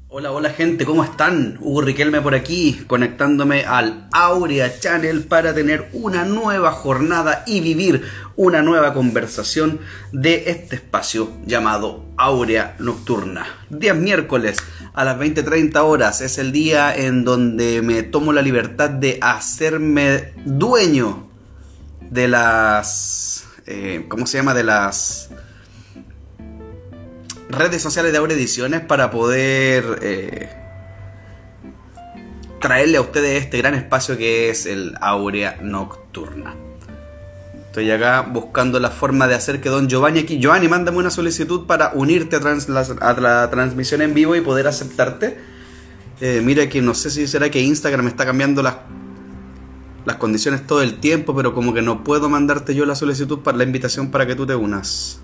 Hola, hola gente, ¿cómo están? Hugo Riquelme por aquí, conectándome al Aurea Channel para tener una nueva jornada y vivir una nueva conversación de este espacio llamado Aurea Nocturna. Días miércoles a las 20:30 horas es el día en donde me tomo la libertad de hacerme dueño de las... ¿cómo se llama? De las redes sociales de Aurea Ediciones para poder traerle a ustedes este gran espacio que es el Aurea Nocturna. Estoy acá buscando la forma de hacer que don Giovanni aquí... Giovanni, mándame una solicitud para unirte a la transmisión en vivo y poder aceptarte. Mira que no sé si será que Instagram está cambiando las condiciones todo el tiempo, pero como que no puedo mandarte yo la solicitud para la invitación para que tú te unas.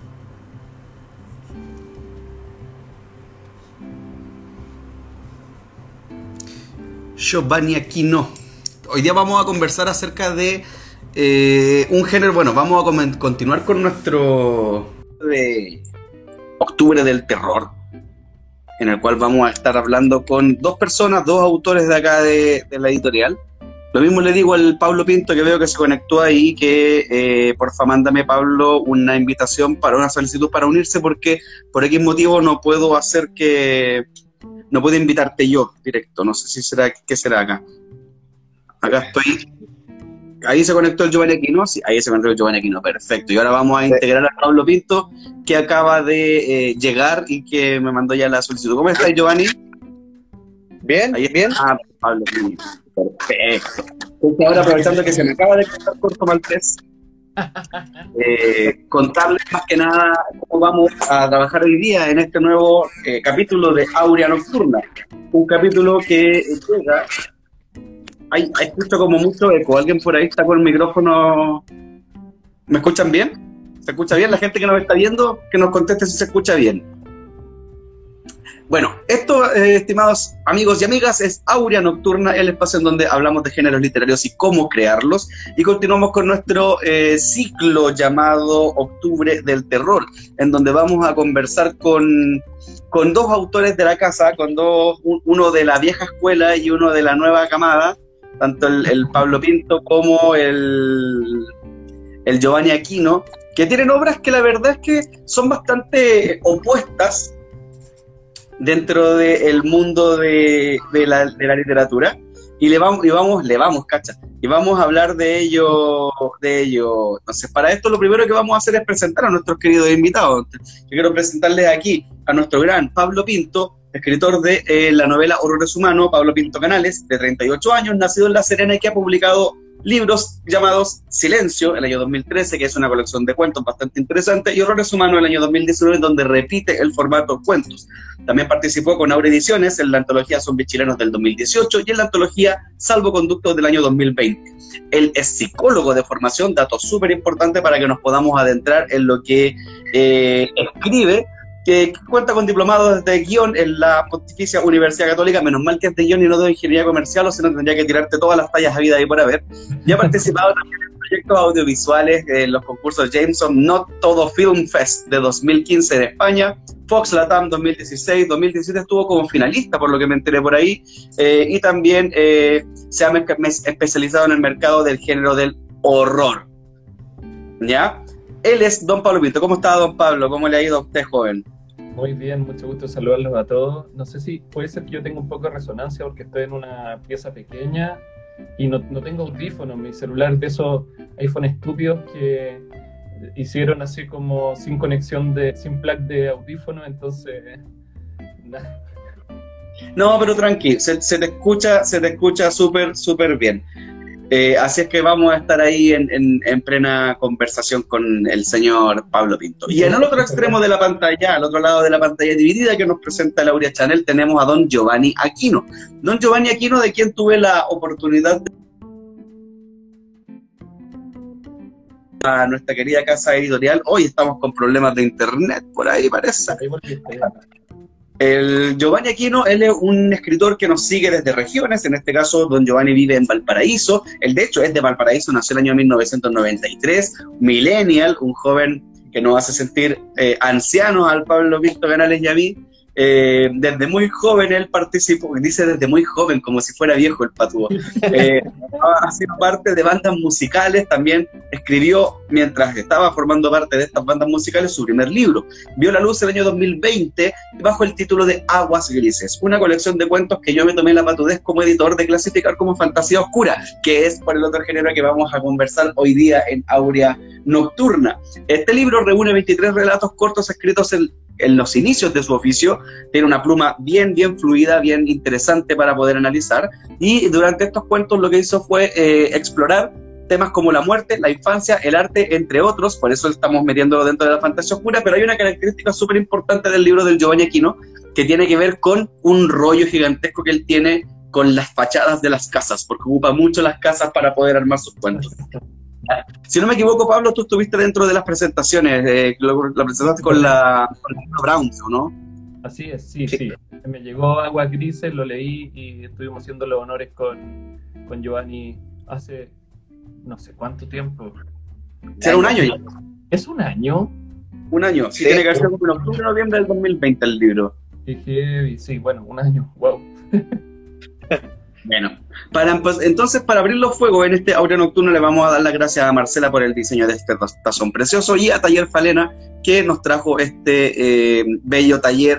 Giovanni Aquino. Hoy día vamos a conversar acerca de un género. Bueno, vamos a continuar con nuestro de Octubre del Terror, en el cual vamos a estar hablando con dos personas, dos autores de acá de la editorial. Lo mismo le digo al Pablo Pinto, que veo que se conectó ahí, que porfa mándame, Pablo, una invitación para una solicitud para unirse, porque por X motivo no puedo hacer que... No puedo invitarte yo directo, no sé si será, ¿qué será acá? Acá estoy. Ahí se conectó el Giovanni Aquino, sí, ahí se conectó el Giovanni Aquino, perfecto. Y ahora vamos a integrar a Pablo Pinto, que acaba de llegar y que me mandó ya la solicitud. ¿Cómo estás, Giovanni? Bien, Ahí bien. Ah, Pablo Pinto, perfecto. Entonces ahora, aprovechando que se me acaba de cortar Corto Maltés, contarles más que nada cómo vamos a trabajar hoy día en este nuevo capítulo de Aurea Nocturna. Un capítulo que llega... Hay escucho como mucho eco. ¿Alguien por ahí está con el micrófono? ¿Me escuchan bien? ¿Se escucha bien? La gente que nos está viendo, que nos conteste si se escucha bien. Bueno, esto, estimados amigos y amigas, es Aurea Nocturna, el espacio en donde hablamos de géneros literarios y cómo crearlos. Y continuamos con nuestro ciclo llamado Octubre del Terror, en donde vamos a conversar con dos autores de la casa, uno de la vieja escuela y uno de la nueva camada, tanto el Pablo Pinto como el Giovanni Aquino, que tienen obras que la verdad es que son bastante opuestas dentro del mundo de la literatura, y vamos a hablar de ello. Entonces, para esto lo primero que vamos a hacer es presentar a nuestros queridos invitados. Yo quiero presentarles aquí a nuestro gran Pablo Pinto, escritor de la novela Horrores Humanos. Pablo Pinto Canales, de 38 años, nacido en La Serena, y que ha publicado libros llamados Silencio, el año 2013, que es una colección de cuentos bastante interesante, y Horrores Humanos, el año 2019, donde repite el formato cuentos. También participó con Aurea Ediciones en la antología Zombies Chilenos del 2018 y en la antología Salvoconductos del año 2020. Él es psicólogo de formación, dato súper importante para que nos podamos adentrar en lo que escribe, que cuenta con diplomados de guión en la Pontificia Universidad Católica. Menos mal que es de guión y no de ingeniería comercial, o si no tendría que tirarte todas las tallas a vida y por haber. Y ha participado también en proyectos audiovisuales, en los concursos Jameson, Not Todo Film Fest de 2015 de España, Fox Latam 2016, 2017 estuvo como finalista, por lo que me enteré por ahí, y también se ha especializado en el mercado del género del horror. ¿Ya? Él es don Pablo Pinto. ¿Cómo está, don Pablo? ¿Cómo le ha ido a usted, joven? Muy bien, mucho gusto saludarlos a todos. No sé si puede ser que yo tenga un poco de resonancia porque estoy en una pieza pequeña y no tengo audífonos. Mi celular, de esos iPhone estúpidos que hicieron así como sin conexión, sin plug de audífono, entonces... Nah. No, pero tranquilo, se te escucha súper bien. Así es que vamos a estar ahí en plena conversación con el señor Pablo Pinto. Y en el otro extremo de la pantalla, al otro lado de la pantalla dividida que nos presenta el Aurea Channel, tenemos a don Giovanni Aquino. Don Giovanni Aquino, de quien tuve la oportunidad de... a nuestra querida casa editorial. Hoy estamos con problemas de internet, por ahí parece. El Giovanni Aquino, él es un escritor que nos sigue desde regiones. En este caso, don Giovanni vive en Valparaíso. Él, de hecho, es de Valparaíso, nació el año 1993, millennial, un joven que nos hace sentir ancianos al Pablo Pinto Canales y a mí. Desde muy joven él participó, dice desde muy joven, como si fuera viejo el Patúo. Ha sido parte de bandas musicales, también escribió, mientras estaba formando parte de estas bandas musicales, su primer libro. Vio la luz el año 2020 bajo el título de Aguas Grises, una colección de cuentos que yo me tomé la patudez como editor de clasificar como fantasía oscura, que es por el otro género que vamos a conversar hoy día en Áurea Nocturna. Este libro reúne 23 relatos cortos escritos en los inicios de su oficio, tiene una pluma bien fluida, bien interesante para poder analizar, y durante estos cuentos lo que hizo fue explorar temas como la muerte, la infancia, el arte, entre otros. Por eso estamos metiéndolo dentro de la fantasía oscura, pero hay una característica súper importante del libro del Giovanni Aquino, que tiene que ver con un rollo gigantesco que él tiene con las fachadas de las casas, porque ocupa mucho las casas para poder armar sus cuentos. Si no me equivoco, Pablo, tú estuviste dentro de las presentaciones, la presentaste con la Brown, ¿no? Así es, sí. Me llegó Aguas Grises, lo leí y estuvimos haciendo los honores con Giovanni hace no sé cuánto tiempo. ¿Será un año ya? ¿Es un año? Un año, sí, tiene que ser como en octubre o noviembre del 2020 el libro. Sí, bueno, un año, wow. Bueno, entonces para abrir los fuegos en este Áurea Nocturna le vamos a dar las gracias a Marcela por el diseño de este tazón precioso y a Taller Falena que nos trajo este bello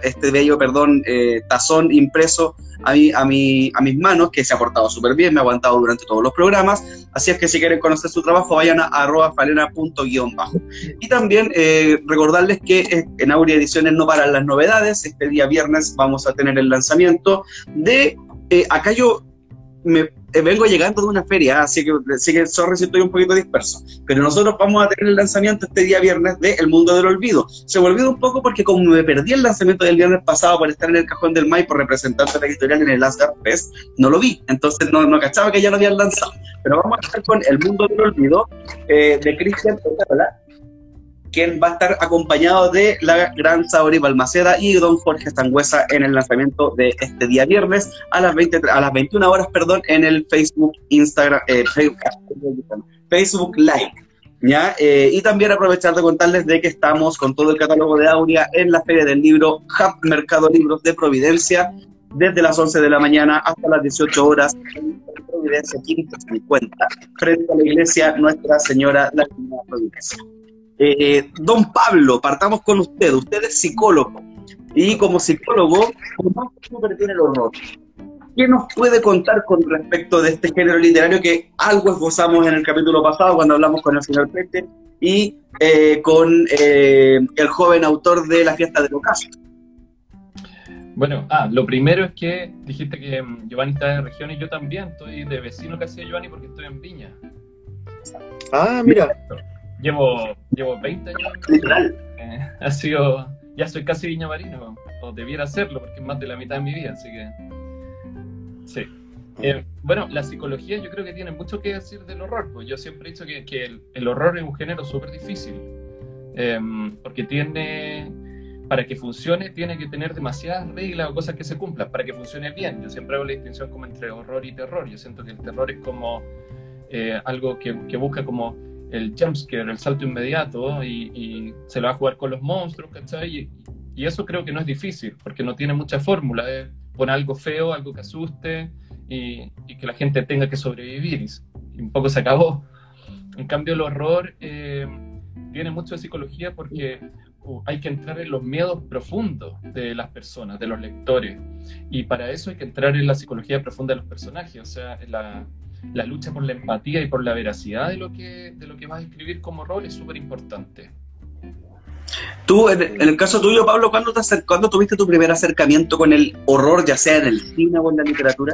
tazón impreso a mis manos, que se ha portado súper bien, me ha aguantado durante todos los programas. Así es que si quieren conocer su trabajo vayan a @falena._. Y también recordarles que en Áurea Ediciones no paran las novedades. Este día viernes vamos a tener el lanzamiento de acá yo me vengo llegando de una feria, así que sorry si estoy un poquito disperso, pero nosotros vamos a tener el lanzamiento este día viernes de El Mundo del Olvido. Se me olvidó un poco porque como me perdí el lanzamiento del viernes pasado por estar en el Cajón del Maipo representante de la editorial en el Asgard Fest, no lo vi, entonces no cachaba que ya lo habían lanzado, pero vamos a estar con El Mundo del Olvido de Cristian Otárola, quien va a estar acompañado de la gran Saori Balmaceda y don Jorge Sangüesa en el lanzamiento de este día viernes a las 21 horas, en el Facebook Live. ¿Ya? Y también aprovechar de contarles de que estamos con todo el catálogo de Áurea en la Feria del Libro Hub Mercado Libros de Providencia, desde las 11 de la mañana hasta las 18 horas en Providencia 550, frente a la iglesia Nuestra Señora la Divina Providencia. Don Pablo, partamos con usted. Usted es psicólogo y como psicólogo súper tiene el horror. ¿Qué nos puede contar con respecto de este género literario que algo esbozamos en el capítulo pasado cuando hablamos con el señor Pete y con el joven autor de La Fiesta del Ocaso? Bueno, lo primero es que dijiste que Giovanni está de región y yo también estoy de vecino casi de Giovanni porque estoy en Viña. Mira. Llevo 20 años. Literal. Ya soy casi viñamarino, o debiera serlo, porque es más de la mitad de mi vida, así que... Sí. Bueno, la psicología yo creo que tiene mucho que decir del horror, pues yo siempre he dicho que el horror es un género súper difícil, porque para que funcione tiene que tener demasiadas reglas o cosas que se cumplan, para que funcione bien. Yo siempre hago la distinción como entre horror y terror. Yo siento que el terror es como algo que busca como el jumpscare, el salto inmediato, y se lo va a jugar con los monstruos, ¿cachai? Y eso creo que no es difícil, porque no tiene mucha fórmula. Poner algo feo, algo que asuste, y que la gente tenga que sobrevivir, y un poco se acabó. En cambio, el horror tiene mucho de psicología porque hay que entrar en los miedos profundos de las personas, de los lectores, y para eso hay que entrar en la psicología profunda de los personajes, o sea, la lucha por la empatía y por la veracidad de lo que vas a escribir como horror es súper importante. Tú, en el caso tuyo, Pablo, ¿cuándo tuviste tu primer acercamiento con el horror, ya sea en el cine o en la literatura?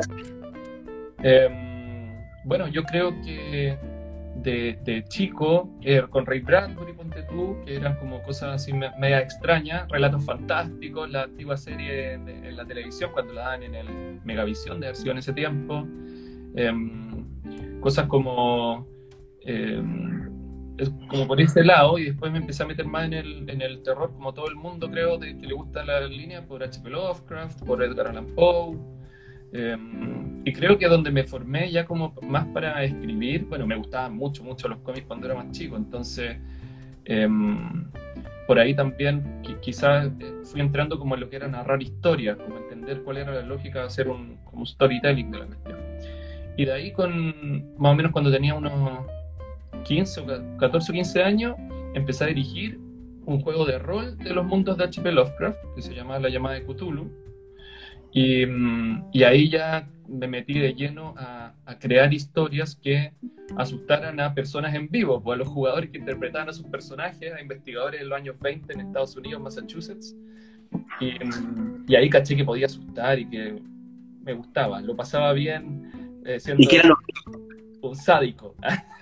Bueno, yo creo que de chico, con Ray Bradbury, ponte tú, que eran como cosas así media extrañas, Relatos Fantásticos, la antigua serie en la televisión, cuando la dan en el Megavisión, de haber sido en ese tiempo. Cosas como por ese lado, y después me empecé a meter más en el terror, como todo el mundo creo que le gusta la línea, por H.P. Lovecraft, por Edgar Allan Poe, y creo que donde me formé ya como más para escribir, bueno, me gustaban mucho los cómics cuando era más chico, entonces por ahí también quizás fui entrando como en lo que era narrar historias, como entender cuál era la lógica de hacer como storytelling de la cuestión. Y de ahí, más o menos cuando tenía unos 14 o 15 años, empecé a dirigir un juego de rol de los mundos de H.P. Lovecraft, que se llama La Llamada de Cthulhu. Y ahí ya me metí de lleno a crear historias que asustaran a personas en vivo, pues a los jugadores que interpretaban a sus personajes, a investigadores en los años 20 en Estados Unidos, Massachusetts. Y ahí caché que podía asustar y que me gustaba, lo pasaba bien siendo ¿Y qué era un sádico.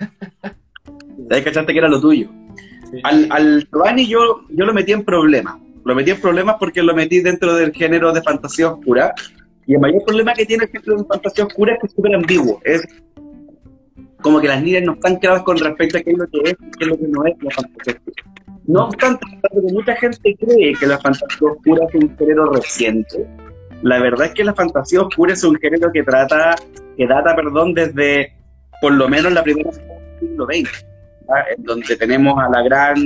ahí cachaste que era lo tuyo? Sí. Al Giovanni yo lo metí en problemas. Lo metí en problemas porque lo metí dentro del género de fantasía oscura. Y el mayor problema que tiene el género de fantasía oscura es que es súper ambiguo. Es como que las líneas no están claras con respecto a qué es lo que es y qué es lo que no es la fantasía oscura. No obstante, porque mucha gente cree que la fantasía oscura es un género reciente, la verdad es que la fantasía oscura es un género que data desde por lo menos la primera mitad del siglo XX, en donde tenemos a la gran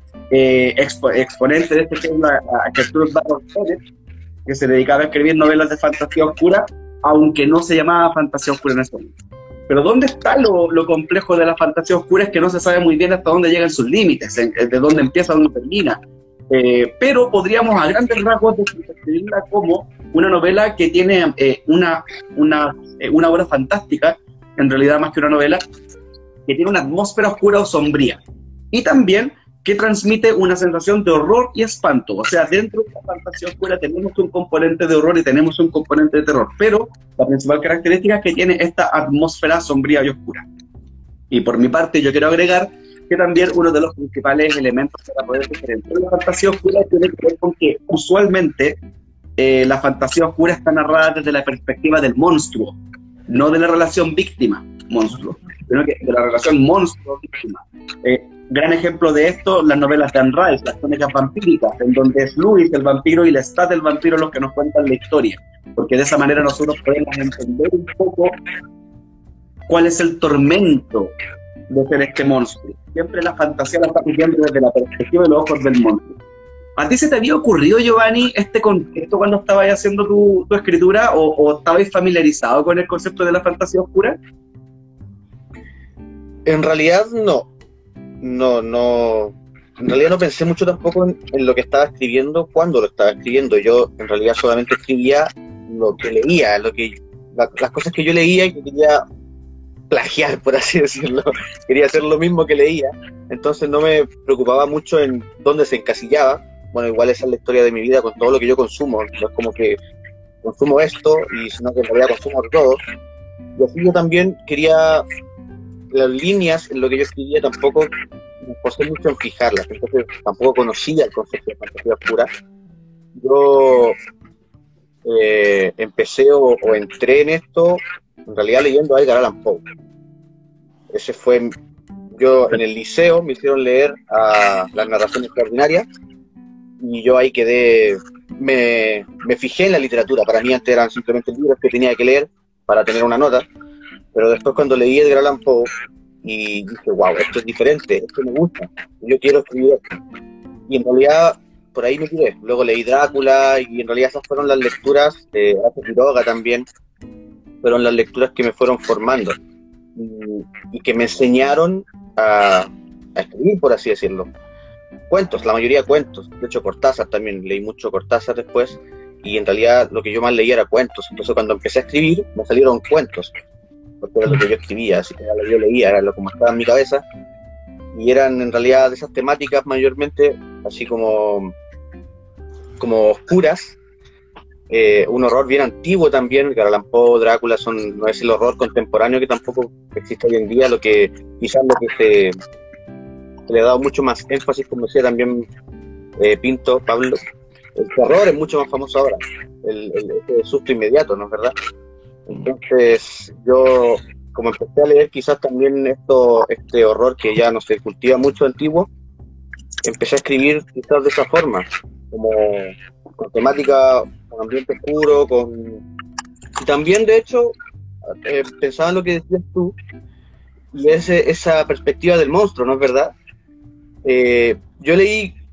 exponente de este género, a Gertrude Butler Bennett, que se dedicaba a escribir novelas de fantasía oscura, aunque no se llamaba fantasía oscura en ese momento. Pero ¿dónde está lo complejo de la fantasía oscura? Es que no se sabe muy bien hasta dónde llegan sus límites, de dónde empieza, dónde termina. Pero podríamos a grandes rasgos describirla como una novela que tiene una obra fantástica, en realidad más que una novela, que tiene una atmósfera oscura o sombría. Y también que transmite una sensación de horror y espanto. O sea, dentro de la fantasía oscura tenemos un componente de horror y tenemos un componente de terror, pero la principal característica es que tiene esta atmósfera sombría y oscura. Y por mi parte yo quiero agregar que también uno de los principales elementos para poder diferenciar la fantasía oscura tiene que ver con que usualmente la fantasía oscura está narrada desde la perspectiva del monstruo, no de la relación víctima-monstruo, sino que de la relación monstruo-víctima. Gran ejemplo de esto, las novelas de Anne Rice, las crónicas vampíricas, en donde es Louis el vampiro y Lestat el vampiro los que nos cuentan la historia, porque de esa manera nosotros podemos entender un poco cuál es el tormento de ser este monstruo. Siempre la fantasía la está viendo desde la perspectiva de los ojos del monstruo. ¿A ti se te había ocurrido, Giovanni, este concepto cuando estabas haciendo tu escritura o estabas familiarizado con el concepto de la fantasía oscura? En realidad no. En realidad no pensé mucho tampoco en lo que estaba escribiendo cuando lo estaba escribiendo. Yo en realidad solamente escribía lo que leía, las cosas que yo leía y que quería plagiar, por así decirlo. Quería hacer lo mismo que leía, entonces no me preocupaba mucho en dónde se encasillaba. Bueno, igual esa es la historia de mi vida con todo lo que yo consumo. No es como que consumo esto y sino que en realidad consumo todo. Y así yo también quería las líneas en lo que yo escribía tampoco me esforcé mucho en fijarlas, entonces tampoco conocía el concepto de fantasía oscura. Yo empecé o entré en esto en realidad leyendo a Edgar Allan Poe. Ese fue, yo en el liceo me hicieron leer a las narraciones extraordinarias y yo ahí quedé, me fijé en la literatura. Para mí antes eran simplemente libros que tenía que leer para tener una nota, pero después cuando leí Edgar Allan Poe y dije, wow, esto es diferente, esto me gusta, yo quiero escribir esto. Y en realidad por ahí me tiré. Luego leí Drácula y en realidad esas fueron las lecturas, Arthur Quiroga también, fueron las lecturas que me fueron formando y que me enseñaron a escribir, por así decirlo. Cuentos, la mayoría cuentos. De hecho, Cortázar también, leí mucho Cortázar después, y en realidad lo que yo más leía era cuentos. Entonces cuando empecé a escribir, me salieron cuentos, porque era lo que yo escribía, así que era lo que yo leía, era lo que estaba en mi cabeza, y eran en realidad de esas temáticas mayormente, así como oscuras, un horror bien antiguo también. Edgar Allan Poe, Drácula no es el horror contemporáneo que tampoco existe hoy en día, lo que quizás lo que se le ha dado mucho más énfasis, como decía también Pinto, Pablo. El terror es mucho más famoso ahora, el susto inmediato, ¿no es verdad? Entonces yo, como empecé a leer quizás también este horror que ya no se cultiva mucho antiguo, empecé a escribir quizás de esa forma, como con temática, con ambiente oscuro, y también de hecho pensaba en lo que decías tú, y esa perspectiva del monstruo, ¿no es verdad? Yo leí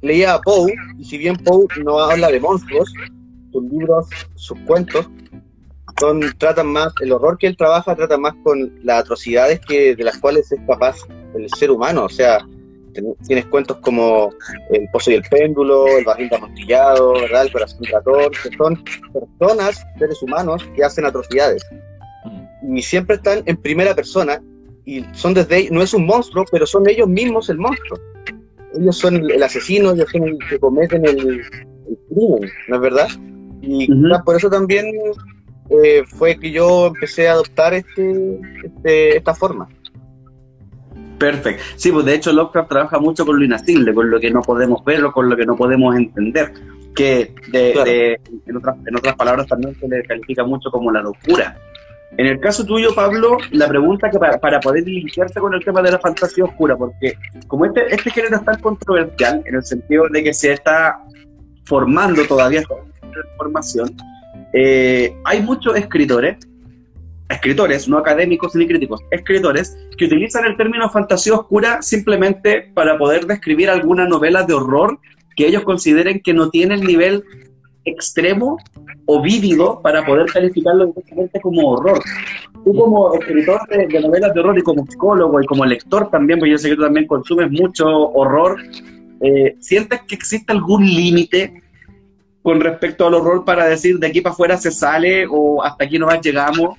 leía a Poe, y si bien Poe no habla de monstruos, sus libros, sus cuentos, tratan más, el horror que él trabaja trata más con las atrocidades de las cuales es capaz el ser humano. O sea, tienes cuentos como El Pozo y el Péndulo, El Barril de Amontillado, ¿verdad? El Corazón Trator, que son personas, seres humanos, que hacen atrocidades. Y siempre están en primera persona, y son no es un monstruo, pero son ellos mismos el monstruo. Ellos son el asesino, ellos son los que cometen el crimen, ¿no es verdad? Y por eso también fue que yo empecé a adoptar esta forma. Perfecto. Sí, pues de hecho Lovecraft trabaja mucho con lo inacible, con lo que no podemos ver o con lo que no podemos entender, que en otras palabras también se le califica mucho como la locura. En el caso tuyo, Pablo, la pregunta que para poder limpiarse con el tema de la fantasía oscura, porque como este género es tan controversial, en el sentido de que se está formando todavía esta formación, hay muchos escritores, no académicos ni críticos, escritores que utilizan el término fantasía oscura simplemente para poder describir alguna novela de horror que ellos consideren que no tiene el nivel extremo o vívido para poder calificarlo directamente como horror. Tú como escritor de novelas de horror y como psicólogo y como lector también, porque yo sé que tú también consumes mucho horror, ¿sientes que existe algún límite con respecto al horror para decir de aquí para afuera se sale o hasta aquí nomás llegamos?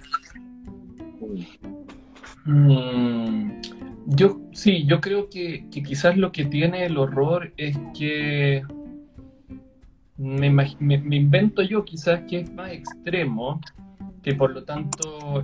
Yo creo que quizás lo que tiene el horror es que me invento yo quizás que es más extremo, que por lo tanto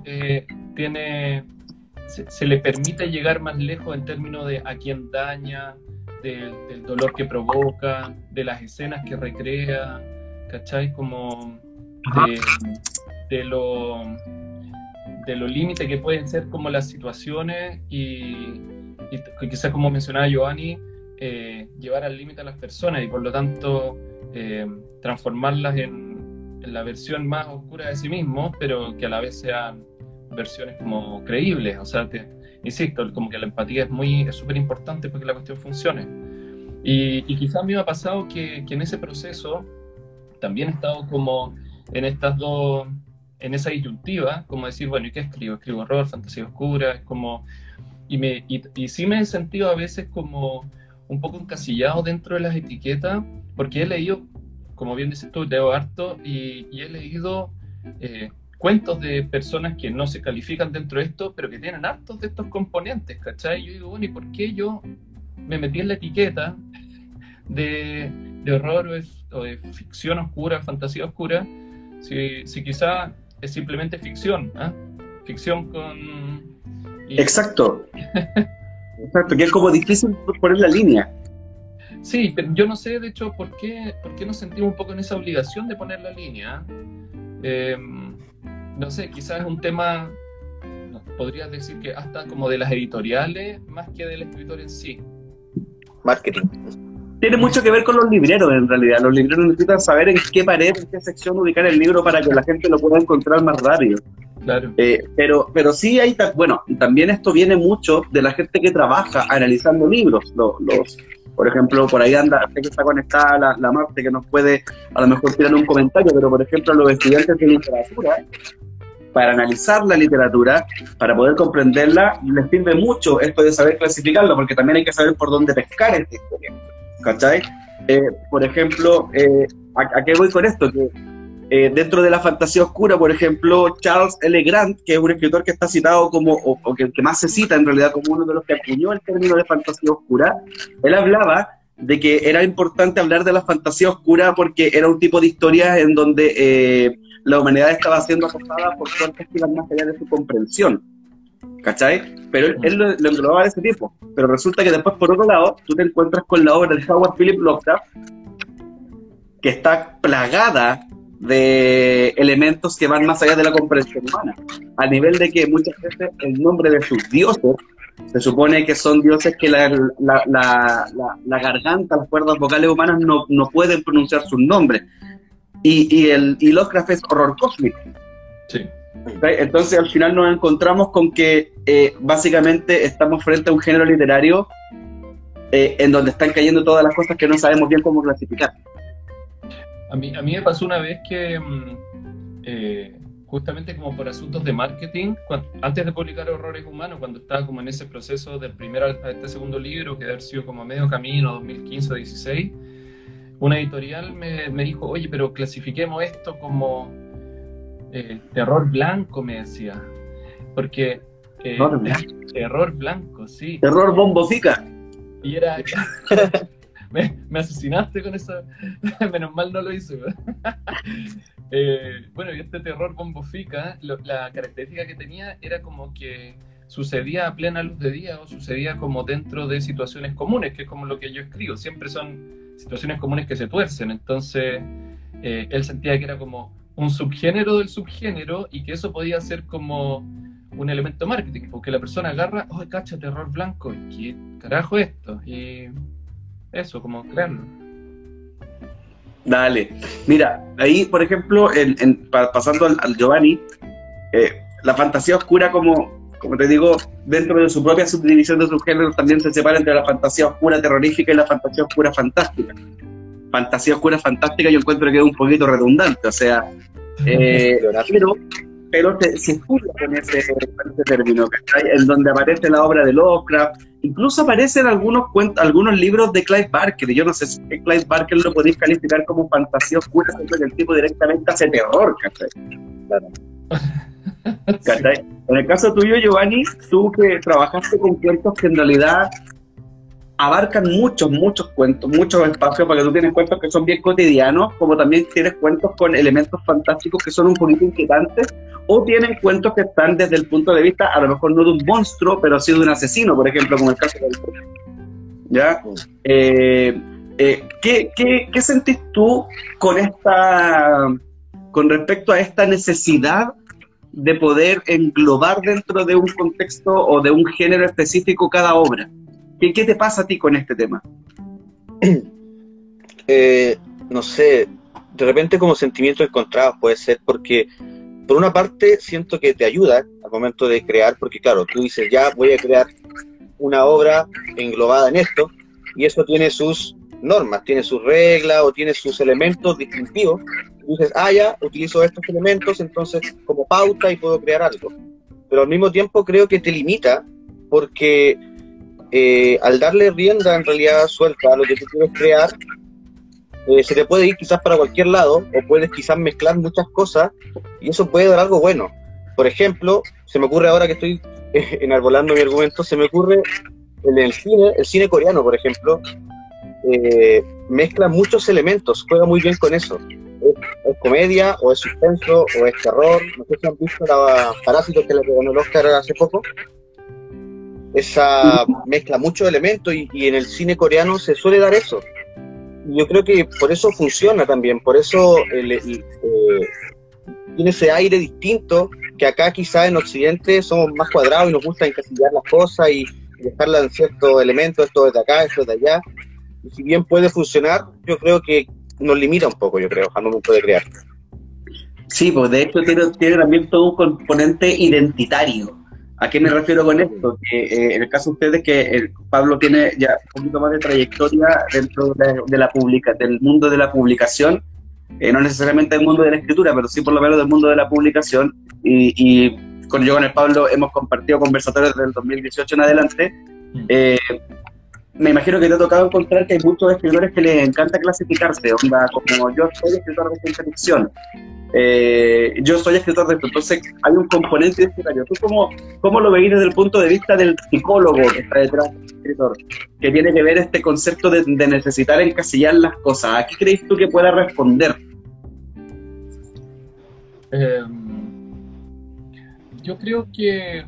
se le permite llegar más lejos en términos de a quién daña, del dolor que provoca, de las escenas que recrea, ¿cachai? Como de lo límite que pueden ser como las situaciones y quizás como mencionaba Giovanni, llevar al límite a las personas y por lo tanto transformarlas en la versión más oscura de sí mismos, pero que a la vez sean versiones como creíbles. O sea, insisto, como que la empatía es súper importante para que la cuestión funcione. Y quizás a mí me ha pasado que en ese proceso también he estado como en esa disyuntiva, como decir, bueno, ¿y qué escribo? ¿Escribo horror, fantasía oscura? Es como, y sí me he sentido a veces como un poco encasillado dentro de las etiquetas, porque he leído, como bien dices tú, leo harto, y he leído cuentos de personas que no se califican dentro de esto, pero que tienen hartos de estos componentes, ¿cachai? Y yo digo, bueno, ¿y por qué yo me metí en la etiqueta de horror o de ficción oscura, fantasía oscura, si quizá es simplemente ficción, ¿eh? Ficción con... Exacto. Exacto, que es como difícil poner la línea. Sí, pero yo no sé, de hecho, por qué nos sentimos un poco en esa obligación de poner la línea. No sé, quizás es un tema, podrías decir que hasta como de las editoriales, más que del escritor en sí. Marketing. Tiene mucho que ver con los libreros, en realidad. Los libreros necesitan saber en qué pared, en qué sección ubicar el libro para que la gente lo pueda encontrar más rápido. Claro. Pero sí hay, bueno, y también esto viene mucho de la gente que trabaja analizando libros. Por ejemplo, por ahí anda, sé que está conectada la Marte, que nos puede a lo mejor tirar un comentario, pero por ejemplo los estudiantes de literatura, para analizar la literatura, para poder comprenderla, les sirve mucho esto de saber clasificarlo, porque también hay que saber por dónde pescar esta historia, ¿cachai? Por ejemplo, ¿a qué voy con esto? Que dentro de la fantasía oscura, por ejemplo, Charles L. Grant, que es un escritor que está citado como, o que más se cita en realidad como uno de los que acuñó el término de fantasía oscura, él hablaba de que era importante hablar de la fantasía oscura porque era un tipo de historia en donde la humanidad estaba siendo acosada por fuerzas que iban más allá de su comprensión, ¿cachai? Pero él lo englobaba de ese tipo. Pero resulta que después, por otro lado, tú te encuentras con la obra de Howard Philip Lovecraft, que está plagada de elementos que van más allá de la comprensión humana, a nivel de que muchas veces el nombre de sus dioses se supone que son dioses que la garganta, las cuerdas vocales humanas no pueden pronunciar sus nombres, y Lovecraft es horror cósmico. Sí. ¿Okay? Entonces al final nos encontramos con que básicamente estamos frente a un género literario en donde están cayendo todas las cosas que no sabemos bien cómo clasificar. A mí me pasó una vez que justamente como por asuntos de marketing, antes de publicar Horrores Humanos, cuando estaba como en ese proceso del primero a este segundo libro, que debe haber sido como medio camino, 2015 o 2016, una editorial me dijo, oye, pero clasifiquemos esto como terror blanco, me decía. Porque... terror blanco, sí. Terror bombofica. Y era... me asesinaste con eso. Menos mal no lo hice. Bueno, y este terror bombofica, la característica que tenía era como que sucedía a plena luz de día o sucedía como dentro de situaciones comunes, que es como lo que yo escribo. Siempre son situaciones comunes que se tuercen. Entonces, él sentía que era como un subgénero del subgénero y que eso podía ser como un elemento marketing, porque la persona agarra, oh, cacha, terror blanco, ¿qué carajo es esto? Y eso, como crearlo. Dale. Mira, ahí, por ejemplo, pasando al Giovanni, la fantasía oscura, como te digo, dentro de su propia subdivisión de subgéneros, también se separa entre la fantasía oscura terrorífica y la fantasía oscura fantástica. Fantasía oscura fantástica yo encuentro que es un poquito redundante, o sea, pero se estudia con ese término, ¿cachai? En donde aparece la obra de Lovecraft, incluso aparecen algunos libros de Clive Barker, y yo no sé si Clive Barker lo podéis calificar como fantasía oscura, siendo que el tipo directamente hace terror, ¿cachai? Claro. ¿Cachai? Sí. En el caso tuyo, Giovanni, tú que trabajaste con cuentos que en realidad abarcan muchos cuentos, muchos espacios, porque tú tienes cuentos que son bien cotidianos, como también tienes cuentos con elementos fantásticos que son un poquito inquietantes, o tienen cuentos que están desde el punto de vista, a lo mejor no de un monstruo, pero sí de un asesino, por ejemplo, como el caso del... ¿Ya? ¿Qué sentís tú con respecto a esta necesidad de poder englobar dentro de un contexto o de un género específico cada obra? ¿Qué te pasa a ti con este tema? No sé, de repente como sentimientos encontrados puede ser, porque por una parte siento que te ayuda al momento de crear, porque claro, tú dices ya voy a crear una obra englobada en esto, y eso tiene sus normas, tiene sus reglas o tiene sus elementos distintivos. Tú dices, ya utilizo estos elementos entonces como pauta y puedo crear algo, pero al mismo tiempo creo que te limita, porque al darle rienda en realidad suelta a lo que tú quieres crear, se te puede ir quizás para cualquier lado, o puedes quizás mezclar muchas cosas, y eso puede dar algo bueno. Por ejemplo, se me ocurre ahora que estoy enarbolando mi argumento, se me ocurre en el cine coreano, por ejemplo, mezcla muchos elementos, juega muy bien con eso. Es comedia, o es suspenso, o es terror. No sé si han visto la Parásitos, que le ganó el Oscar hace poco. Esa mezcla muchos elementos, y en el cine coreano se suele dar eso. Y yo creo que por eso funciona también, por eso tiene ese aire distinto, que acá quizá en Occidente somos más cuadrados y nos gusta encasillar las cosas y dejarlas en ciertos elementos, esto es de acá, esto es de allá. Y si bien puede funcionar, yo creo que nos limita un poco, yo creo, al momento de crear. Sí, pues de hecho tiene también todo un componente identitario. ¿A qué me refiero con esto? Que en el caso de ustedes, que Pablo tiene ya un poquito más de trayectoria dentro del mundo de la publicación, no necesariamente del mundo de la escritura, pero sí por lo menos del mundo de la publicación, y con el Pablo hemos compartido conversatorios desde el 2018 en adelante. Me imagino que te ha tocado encontrar que hay muchos escritores que les encanta clasificarse, onda, como yo soy escritor de ciencia ficción, yo soy escritor de esto. Entonces hay un componente identitario. ¿Tú cómo lo veis desde el punto de vista del psicólogo que está detrás del escritor, que tiene que ver este concepto de necesitar encasillar las cosas? ¿A qué crees tú que pueda responder? Yo creo que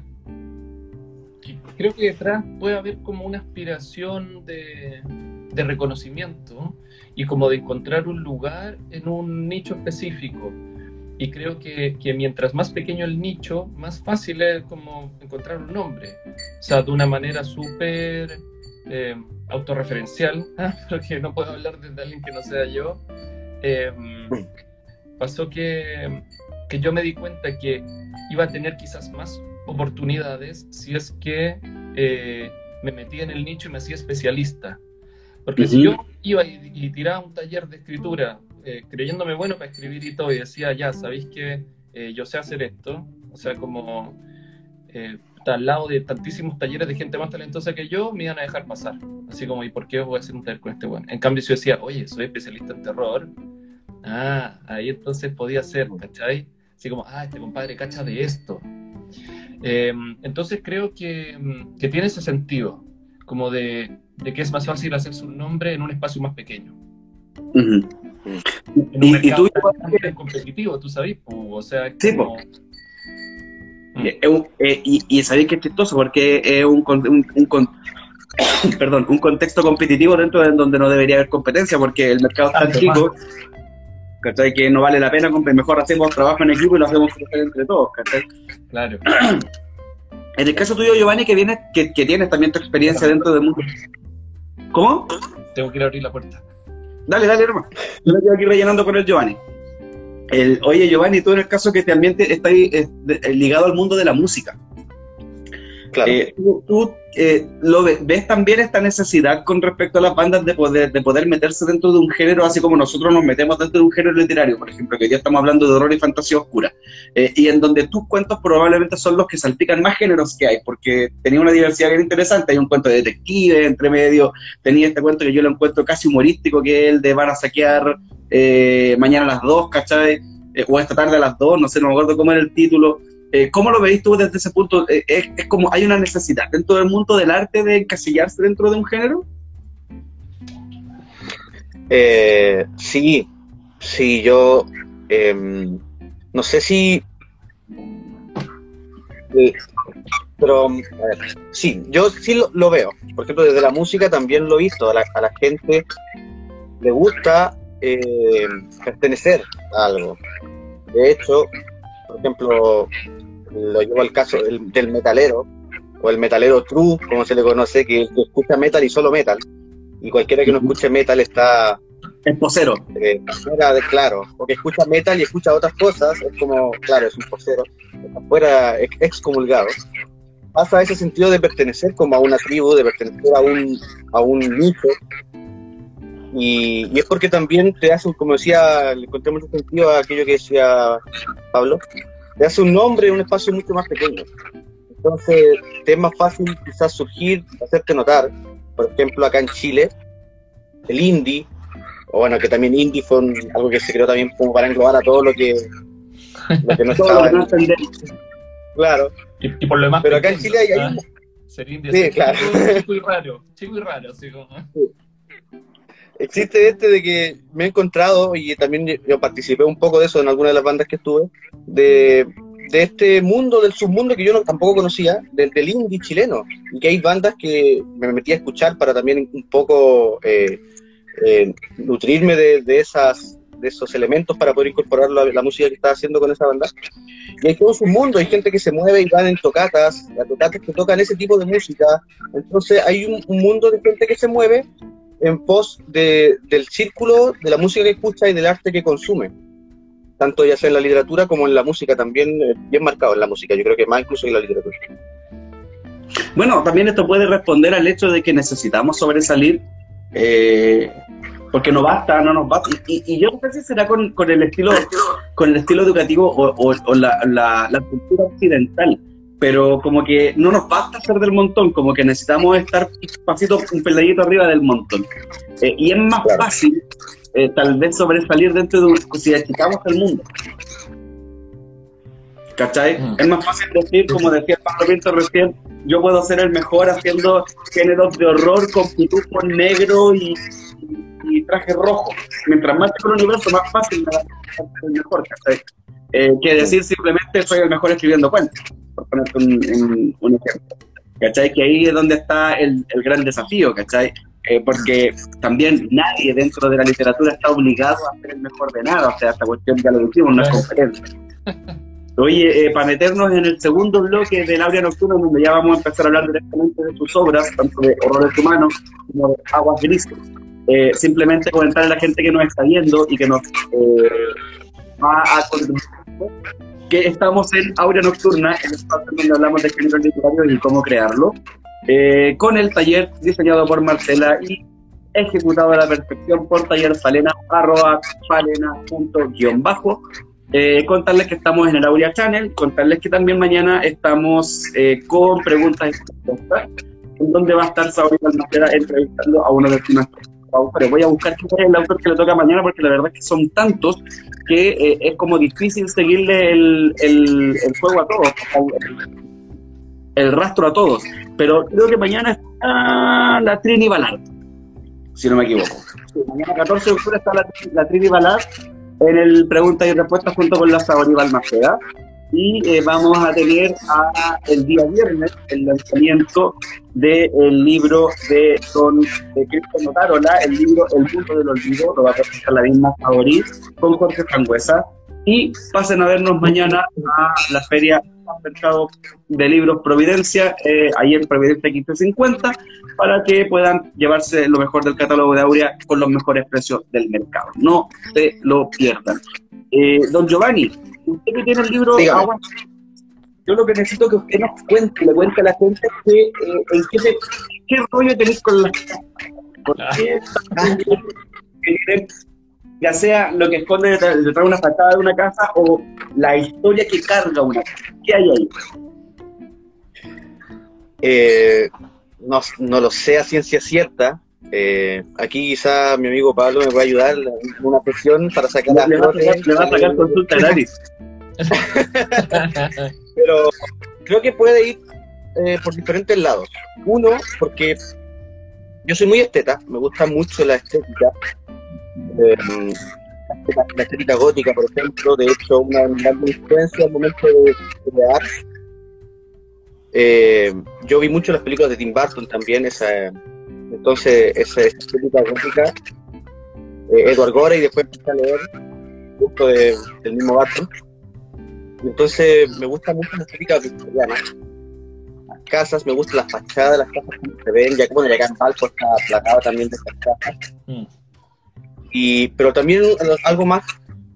detrás puede haber como una aspiración de reconocimiento y como de encontrar un lugar en un nicho específico. Y creo que mientras más pequeño el nicho, más fácil es como encontrar un nombre. O sea, de una manera súper autorreferencial, porque no puedo hablar de alguien que no sea yo. Pasó que yo me di cuenta que iba a tener quizás más oportunidades si es que me metía en el nicho y me hacía especialista. Porque si yo iba y tiraba un taller de escritura, creyéndome bueno para escribir y todo, y decía, ya, ¿sabéis que yo sé hacer esto? O sea, como al lado de tantísimos talleres de gente más talentosa que yo, me iban a dejar pasar. Así como, ¿y por qué voy a hacer un taller con este bueno? En cambio, si yo decía, oye, soy especialista en terror, ahí entonces podía ser, ¿cachai? Así como, este compadre cacha de esto. Entonces creo que tiene ese sentido, como de que es más fácil hacerse un nombre en un espacio más pequeño. Uh-huh. En un mercado tan competitivo, tú sabes, o sea, es como... y sabéis que es chistoso porque es un contexto competitivo dentro de donde no debería haber competencia, porque el mercado es tan chico, ¿cachai? Que no vale la pena, mejor hacemos trabajo en equipo y lo hacemos crecer entre todos, ¿cachai? Claro. En el caso tuyo, Giovanni, que tienes también tu experiencia dentro del mundo. ¿Cómo? Tengo que ir a abrir la puerta. Dale, hermano. Yo me quedo aquí rellenando con el Giovanni. Oye, Giovanni, tú en el caso que también estás ligado al mundo de la música. Claro. ¿Tú ves también esta necesidad con respecto a las bandas de poder meterse dentro de un género, así como nosotros nos metemos dentro de un género literario, por ejemplo, que hoy día estamos hablando de horror y fantasía oscura, y en donde tus cuentos probablemente son los que salpican más géneros que hay, porque tenía una diversidad bien interesante, hay un cuento de detective entre medio, tenía este cuento que yo lo encuentro casi humorístico, que es el de van a saquear mañana a las 2, ¿cachai? O esta tarde a las 2, no sé, no me acuerdo cómo era el título. ¿Cómo lo veis tú desde ese punto? ¿Es como hay una necesidad dentro del mundo del arte de encasillarse dentro de un género? Sí, yo no sé si... pero, a ver, sí, yo sí lo veo. Por ejemplo, desde la música también lo he visto. A la gente le gusta pertenecer a algo. De hecho, por ejemplo, lo llevo al caso del metalero, o el metalero true, como se le conoce, que escucha metal y solo metal, y cualquiera que no escuche metal está... Es posero. Claro, porque escucha metal y escucha otras cosas, es como, claro, es un posero, afuera excomulgado. Pasa ese sentido de pertenecer como a una tribu, de pertenecer a un nicho, y es porque también te hace, como decía, le encontré mucho sentido a aquello que decía Pablo, te hace un nombre en un espacio mucho más pequeño. Entonces, te es más fácil quizás surgir, hacerte notar. Por ejemplo, acá en Chile, el indie, o bueno, que también indie fue algo que se creó también como para englobar a todo lo que no estaba en... Claro. Y por lo demás... Pero acá en Chile hay ser indie, sí, claro. Chico y raro, así como... Sí. Existe de que me he encontrado, y también yo participé un poco de eso en algunas de las bandas que estuve, de este mundo, del submundo que yo tampoco conocía, del indie chileno, y que hay bandas que me metí a escuchar para también un poco nutrirme de esos elementos para poder incorporar la música que estaba haciendo con esa banda. Y hay todo un mundo, hay gente que se mueve y van en tocatas, las tocatas que tocan ese tipo de música. Entonces hay un mundo de gente que se mueve en pos del círculo de la música que escucha y del arte que consume, tanto ya sea en la literatura como en la música, también bien marcado en la música, yo creo que más incluso que en la literatura. Bueno, también esto puede responder al hecho de que necesitamos sobresalir, porque no nos basta, y yo no sé si será con el estilo educativo o la cultura occidental, pero como que no nos basta ser del montón, como que necesitamos estar un peladito arriba del montón. Y es más fácil, tal vez, sobresalir dentro de si achicamos el mundo. ¿Cachai? Es más fácil decir, como decía Pablo Pinto recién, yo puedo ser el mejor haciendo géneros de horror con pitufo negro y traje rojo. Mientras más tengo el universo, más fácil me va a ser el mejor, ¿cachai? Que decir simplemente soy el mejor escribiendo cuentos, por ponerte un ejemplo, ¿cachai? Que ahí es donde está el gran desafío, ¿cachai? Porque también nadie dentro de la literatura está obligado a ser el mejor de nada, o sea, esta cuestión ya lo dijimos, no es conferencia. Oye, para meternos en el segundo bloque del Áurea Nocturna, donde ya vamos a empezar a hablar directamente de sus obras, tanto de Horrores Humanos como de Aguas Grises, simplemente comentar a la gente que nos está viendo y que nos va a contribuir que estamos en Áurea Nocturna, el espacio donde hablamos de género literario y cómo crearlo. con el taller diseñado por Marcela y ejecutado a la perfección por Taller Falena, @falena._. Contarles que estamos en el Aurea Channel, contarles que también mañana estamos con preguntas y respuestas, en donde va a estar Saúl Balmaceda entrevistando a uno de nuestros autores. Voy a buscar quién es el autor que le toca mañana, porque la verdad es que son tantos que es como difícil seguirle el juego a todos, el rastro a todos. Pero creo que mañana está la Trini Ballard, si no me equivoco. Sí, mañana 14 de octubre está la Trini Ballard en el preguntas y respuestas junto con la Saúl Balmaceda. Y vamos a tener el día viernes el lanzamiento del libro de don Cristian Notarola, el libro El Mundo del Olvido, lo va a presentar la misma Favorís con Jorge Sangüesa. Y pasen a vernos mañana a la Feria Mercado de Libros Providencia, ahí en Providencia 1550, para que puedan llevarse lo mejor del catálogo de Aurea con los mejores precios del mercado. No se lo pierdan. Don Giovanni, usted que tiene el libro Agua, yo lo que necesito que usted nos cuente, le cuente a la gente que, qué rollo tenéis con las casas. ¿Por qué ya sea lo que esconde detrás de una fachada de una casa o la historia que carga una casa? ¿Qué hay ahí? No lo sé a ciencia cierta. Aquí quizá mi amigo Pablo me puede ayudar en una sesión para sacar le va a sacar consulta gratis. Pero creo que puede ir por diferentes lados. Uno, porque yo soy muy esteta, me gusta mucho la estética, la estética gótica, por ejemplo. De hecho, una gran influencia al momento de crear. Yo vi mucho las películas de Tim Burton también, entonces esa estética gótica, Edward Gorey, y después empecé a leer justo del mismo Burton. Entonces me gusta mucho la estética victoriana. Las casas, me gustan las fachadas de las casas, como se ven, ya como de acá en Valpo está plagado también de estas casas. Pero también algo más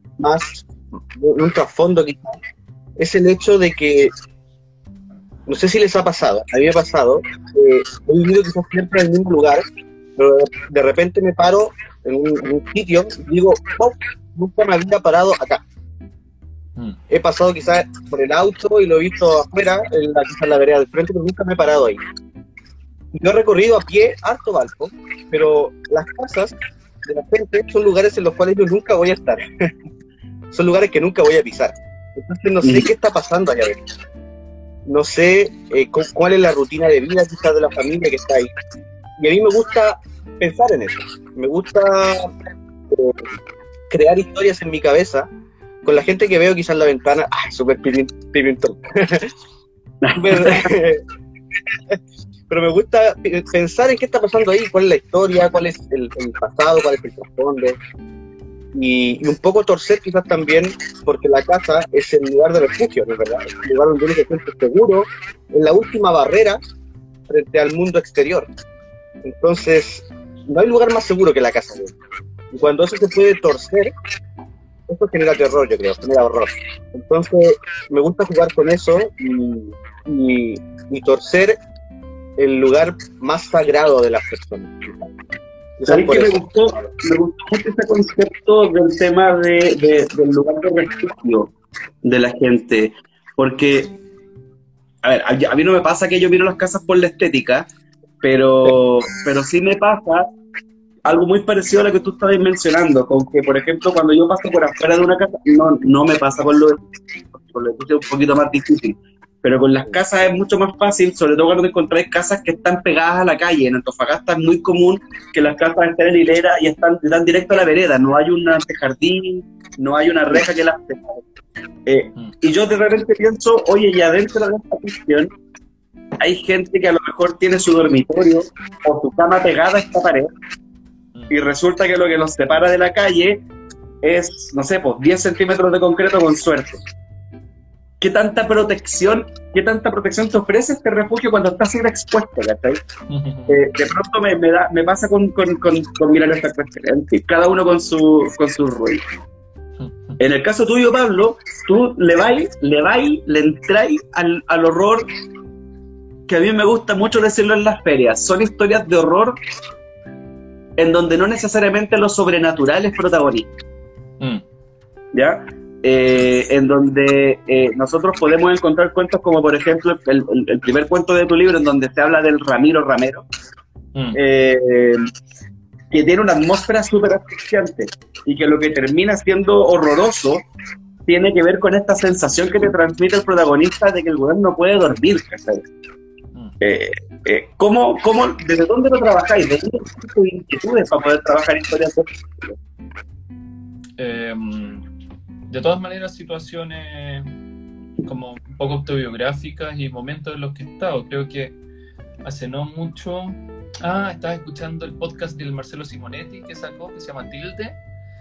un trasfondo quizás, es el hecho de que, no sé si les ha pasado, a mí me ha pasado, he vivido quizás siempre en el mismo lugar, pero de repente me paro en un sitio y digo, oh, nunca me había parado acá. He pasado quizás por el auto y lo he visto afuera, quizás en la vereda del frente, pero nunca me he parado ahí. Yo he recorrido a pie harto Valpo, pero las casas de la gente son lugares en los cuales yo nunca voy a estar. Son lugares que nunca voy a pisar. Entonces no sé qué está pasando allá adentro. No sé cuál es la rutina de vida quizás de la familia que está ahí. Y a mí me gusta pensar en eso. Me gusta crear historias en mi cabeza con la gente que veo quizás en la ventana. ¡Ah, súper pimentón! Pero me gusta pensar en qué está pasando ahí, cuál es la historia, cuál es el pasado, cuál es el trasfondo. Y un poco torcer quizás también, porque la casa es el lugar de refugio, ¿no es verdad? Es el lugar donde uno se siente seguro, es la última barrera frente al mundo exterior. Entonces, no hay lugar más seguro que la casa. Y cuando eso se puede torcer, eso genera terror, yo creo, genera horror. Entonces, me gusta jugar con eso y torcer el lugar más sagrado de las personas. ¿Sabes qué? Me gustó mucho ese concepto del tema del lugar de refugio de la gente, porque, a ver, a mí no me pasa que yo miro las casas por la estética, pero sí me pasa algo muy parecido a lo que tú estabas mencionando, con que, por ejemplo, cuando yo paso por afuera de una casa, no me pasa con lo de es un poquito más difícil, pero con las casas es mucho más fácil, sobre todo cuando te encontráis casas que están pegadas a la calle. En Antofagasta es muy común que las casas estén en hilera y están directo a la vereda, no hay un antejardín, no hay una reja que las separe. Y yo de repente pienso, oye, y adentro de esta cuestión hay gente que a lo mejor tiene su dormitorio o su cama pegada a esta pared, y resulta que lo que los separa de la calle es, no sé, pues 10 centímetros de concreto con suerte. ¿Qué tanta protección te ofrece este refugio cuando estás siendo expuesto, ¿cachai? De pronto me pasa con mirar esta cuestión. En fin, cada uno con su ruido. En el caso tuyo, Pablo, tú le entráis al horror que a mí me gusta mucho decirlo en las ferias. Son historias de horror en donde no necesariamente lo sobrenatural es protagonista. ¿Ya? En donde nosotros podemos encontrar cuentos como, por ejemplo, el primer cuento de tu libro, en donde se habla del Ramiro Ramero, que tiene una atmósfera súper asfixiante y que lo que termina siendo horroroso tiene que ver con esta sensación que te transmite el protagonista de que el weón no puede dormir. ¿Desde dónde lo trabajáis? ¿De dónde son tus inquietudes para poder trabajar historias de todas maneras, situaciones como un poco autobiográficas y momentos en los que he estado. Creo que hace no mucho... estaba escuchando el podcast del Marcelo Simonetti que sacó, que se llama Tilde,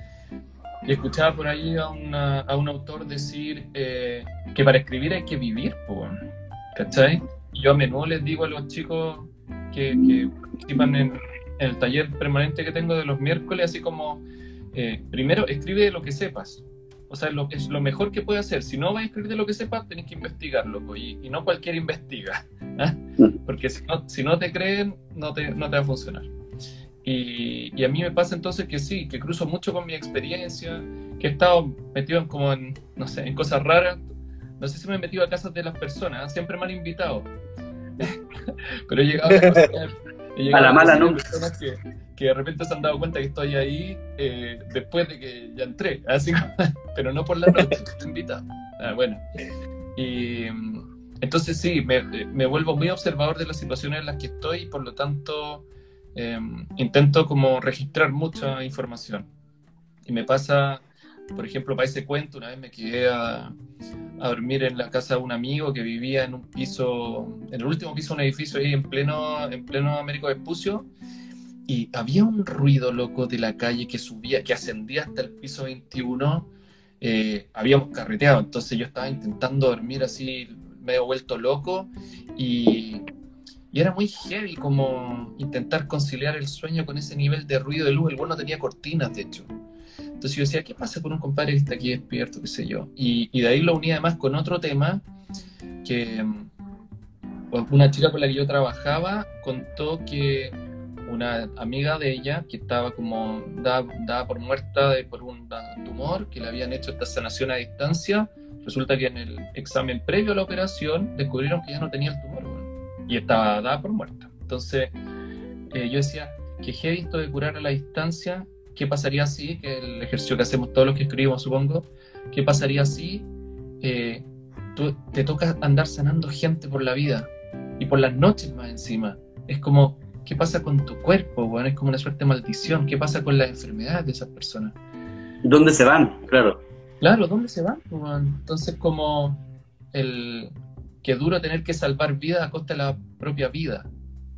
y escuchaba por ahí a un autor decir que para escribir hay que vivir, ¿cachai? Y yo a menudo les digo a los chicos que participan en el taller permanente que tengo de los miércoles, así como, primero, escribe de lo que sepas. O sea, es lo mejor que puedes hacer. Si no vas a escribir de lo que sepas, tenés que investigar, loco. Y no cualquiera investiga. Porque si no te creen, no te va a funcionar. Y a mí me pasa entonces que sí, que cruzo mucho con mi experiencia, que he estado metido no sé, en cosas raras. No sé si me he metido a casas de las personas, siempre me han invitado. Pero he llegado a la mala, ¿no? Personas que de repente se han dado cuenta que estoy ahí después de que ya entré, así, pero no por la noche, estoy invitado. Bueno, y entonces sí, me vuelvo muy observador de las situaciones en las que estoy y por lo tanto intento como registrar mucha información. Y me pasa, por ejemplo, para ese cuento, una vez me quedé a dormir en la casa de un amigo que vivía en un piso, en el último piso de un edificio ahí en pleno Américo Vespucio, y había un ruido loco de la calle que subía, que ascendía hasta el piso 21. Habíamos carreteado, entonces yo estaba intentando dormir así, medio vuelto loco, y era muy heavy como intentar conciliar el sueño con ese nivel de ruido de luz. El bueno tenía cortinas, de hecho. Entonces yo decía, ¿qué pasa con un compadre que está aquí despierto, qué sé yo? Y de ahí lo uní además con otro tema, que una chica con la que yo trabajaba contó que una amiga de ella, que estaba como dada por muerta por un tumor, que le habían hecho esta sanación a distancia, resulta que en el examen previo a la operación descubrieron que ya no tenía el tumor, y estaba dada por muerta. Entonces yo decía, que heavy esto de curar a la distancia. ¿Qué pasaría si, que el ejercicio que hacemos todos los que escribimos, supongo, qué pasaría si te toca andar sanando gente por la vida y por las noches más encima? Es como, ¿qué pasa con tu cuerpo? Bueno, es como una suerte de maldición. ¿Qué pasa con las enfermedades de esas personas? ¿Dónde se van? Claro, ¿dónde se van? Bueno, entonces como qué duro tener que salvar vidas a costa de la propia vida.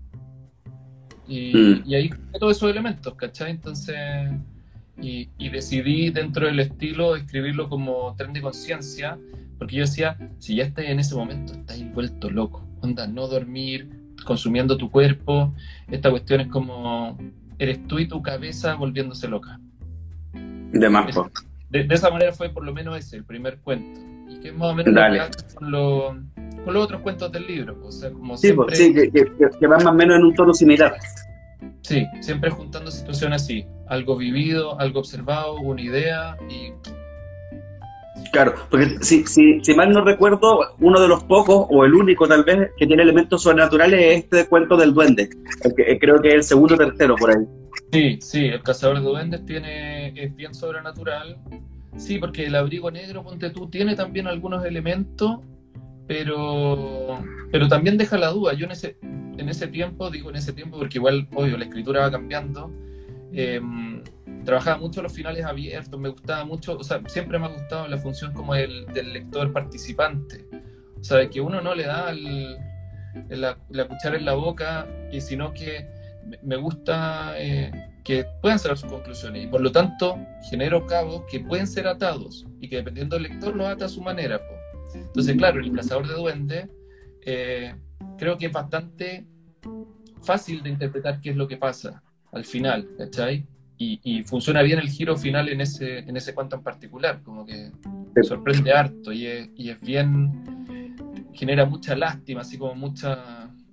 Y ahí todos esos elementos, ¿cachai? Entonces, y decidí dentro del estilo escribirlo como tren de conciencia, porque yo decía, si ya estás en ese momento, estás vuelto loco, onda, no dormir, consumiendo tu cuerpo, esta cuestión es como, eres tú y tu cabeza volviéndose loca. De más. De esa manera fue por lo menos ese, el primer cuento, y que es más o menos lo que hago con los otros cuentos del libro, o sea, como sí, siempre... Sí, que van más o menos en un tono similar. Sí, siempre juntando situaciones así, algo vivido, algo observado, una idea y... Claro, porque si mal no recuerdo, uno de los pocos, o el único tal vez, que tiene elementos sobrenaturales es este cuento del duende, creo que es el segundo o tercero por ahí. Sí, el cazador de duendes es bien sobrenatural, sí, porque el abrigo negro, ponte tú, tiene también algunos elementos, pero también deja la duda. Yo en ese tiempo porque igual, obvio, la escritura va cambiando, trabajaba mucho los finales abiertos, me gustaba mucho, o sea, siempre me ha gustado la función como del lector participante, o sea, de que uno no le da la cuchara en la boca, y sino que me gusta que puedan sacar sus conclusiones, y por lo tanto genero cabos que pueden ser atados, y que dependiendo del lector lo ata a su manera, po. Entonces, claro, el cazador de duendes creo que es bastante fácil de interpretar qué es lo que pasa al final, ¿cachai? Y funciona bien el giro final en ese cuento en particular, como que sorprende harto y es bien, genera mucha lástima, así como mucha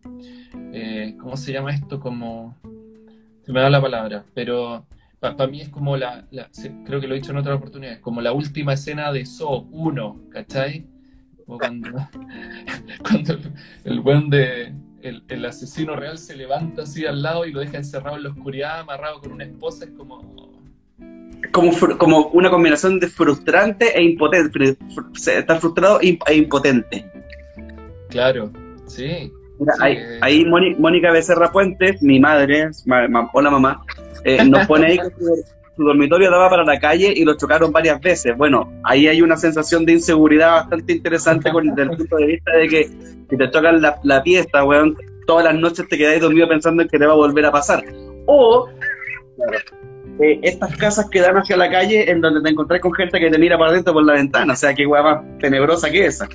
¿cómo se llama esto? Como, se me da la palabra, pero para mí es como creo que lo he dicho en otras oportunidades, como la última escena de Saw 1, ¿cachai? Como cuando el buen el asesino real se levanta así al lado y lo deja encerrado en la oscuridad, amarrado con una esposa, es como... Como una combinación de frustrante e impotente. Está frustrado e impotente. Claro, sí. Mira, Sí, ahí Mónica Becerra Puentes, mi madre, hola mamá, nos pone ahí que su dormitorio daba para la calle y lo chocaron varias veces. Bueno, ahí hay una sensación de inseguridad bastante interesante desde el punto de vista de que si te chocan la pieza, weón, todas las noches te quedáis dormido pensando en que te va a volver a pasar. O estas casas que dan hacia la calle en donde te encontrás con gente que te mira para adentro por la ventana, o sea, qué hueá más tenebrosa que esa.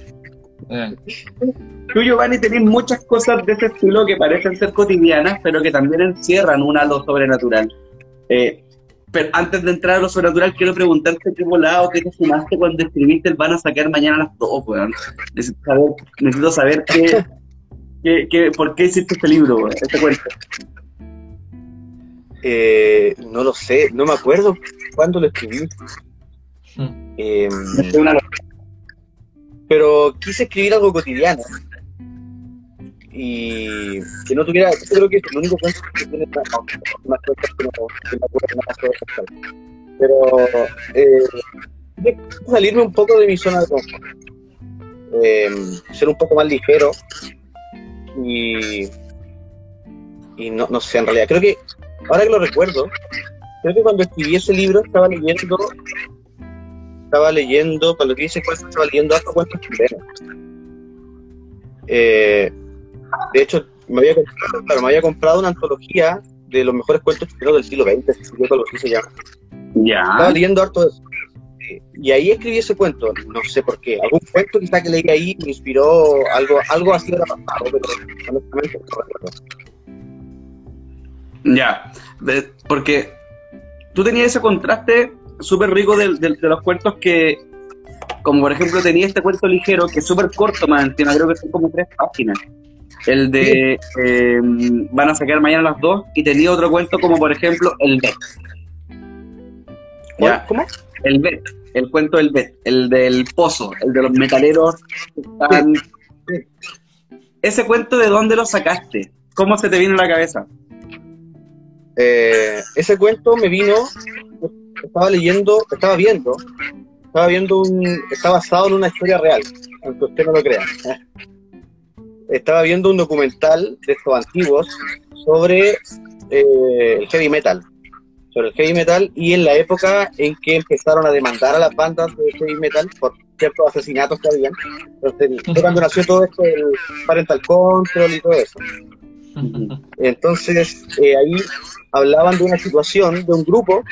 Tú, Giovanni, tenés muchas cosas de ese estilo que parecen ser cotidianas, pero que también encierran un halo sobrenatural. Pero antes de entrar a lo sobrenatural, quiero preguntarte qué volado, qué te fumaste cuando escribiste el Van a sacar mañana a las 2, weón. Necesito saber por qué hiciste este libro, weón, este cuento. No lo sé, no me acuerdo cuándo lo escribí. Pero quise escribir algo cotidiano y que no tuviera, yo creo que es el único cuento que tiene más cosas que no acuerdo nada sobre eso. Pero salirme un poco de mi zona de confort, ser un poco más ligero y no sé, en realidad creo que ahora que lo recuerdo, creo que cuando escribí ese libro estaba leyendo, cuando escribí ese cuento estaba leyendo hasta cuentos chilenos. De hecho, me había comprado una antología de los mejores cuentos chilenos del siglo XX, si yo algo así se llama. Ya. Estaba leyendo harto de eso. Y ahí escribí ese cuento, no sé por qué. Algún cuento quizá que leí ahí me inspiró, algo así de la pasado, pero honestamente no recuerdo. Ya, porque tú tenías ese contraste súper rico de los cuentos que, como por ejemplo tenía este cuento ligero que es súper corto, más encima, creo que son como 3 páginas, el de Van a sacar mañana a las 2, y tenía otro cuento como por ejemplo El Bet. ¿Cómo? El Bet, el cuento del Bet, el del pozo, el de los metaleros que están... Ese cuento, ¿de dónde lo sacaste? ¿Cómo se te vino a la cabeza? Ese cuento me vino, está basado en una historia real, aunque usted no lo crea. Estaba viendo un documental de estos antiguos sobre el heavy metal, y en la época en que empezaron a demandar a las bandas de heavy metal por ciertos asesinatos que habían. Entonces, fue cuando nació todo esto, el parental control y todo eso. Entonces, ahí hablaban de una situación de un grupo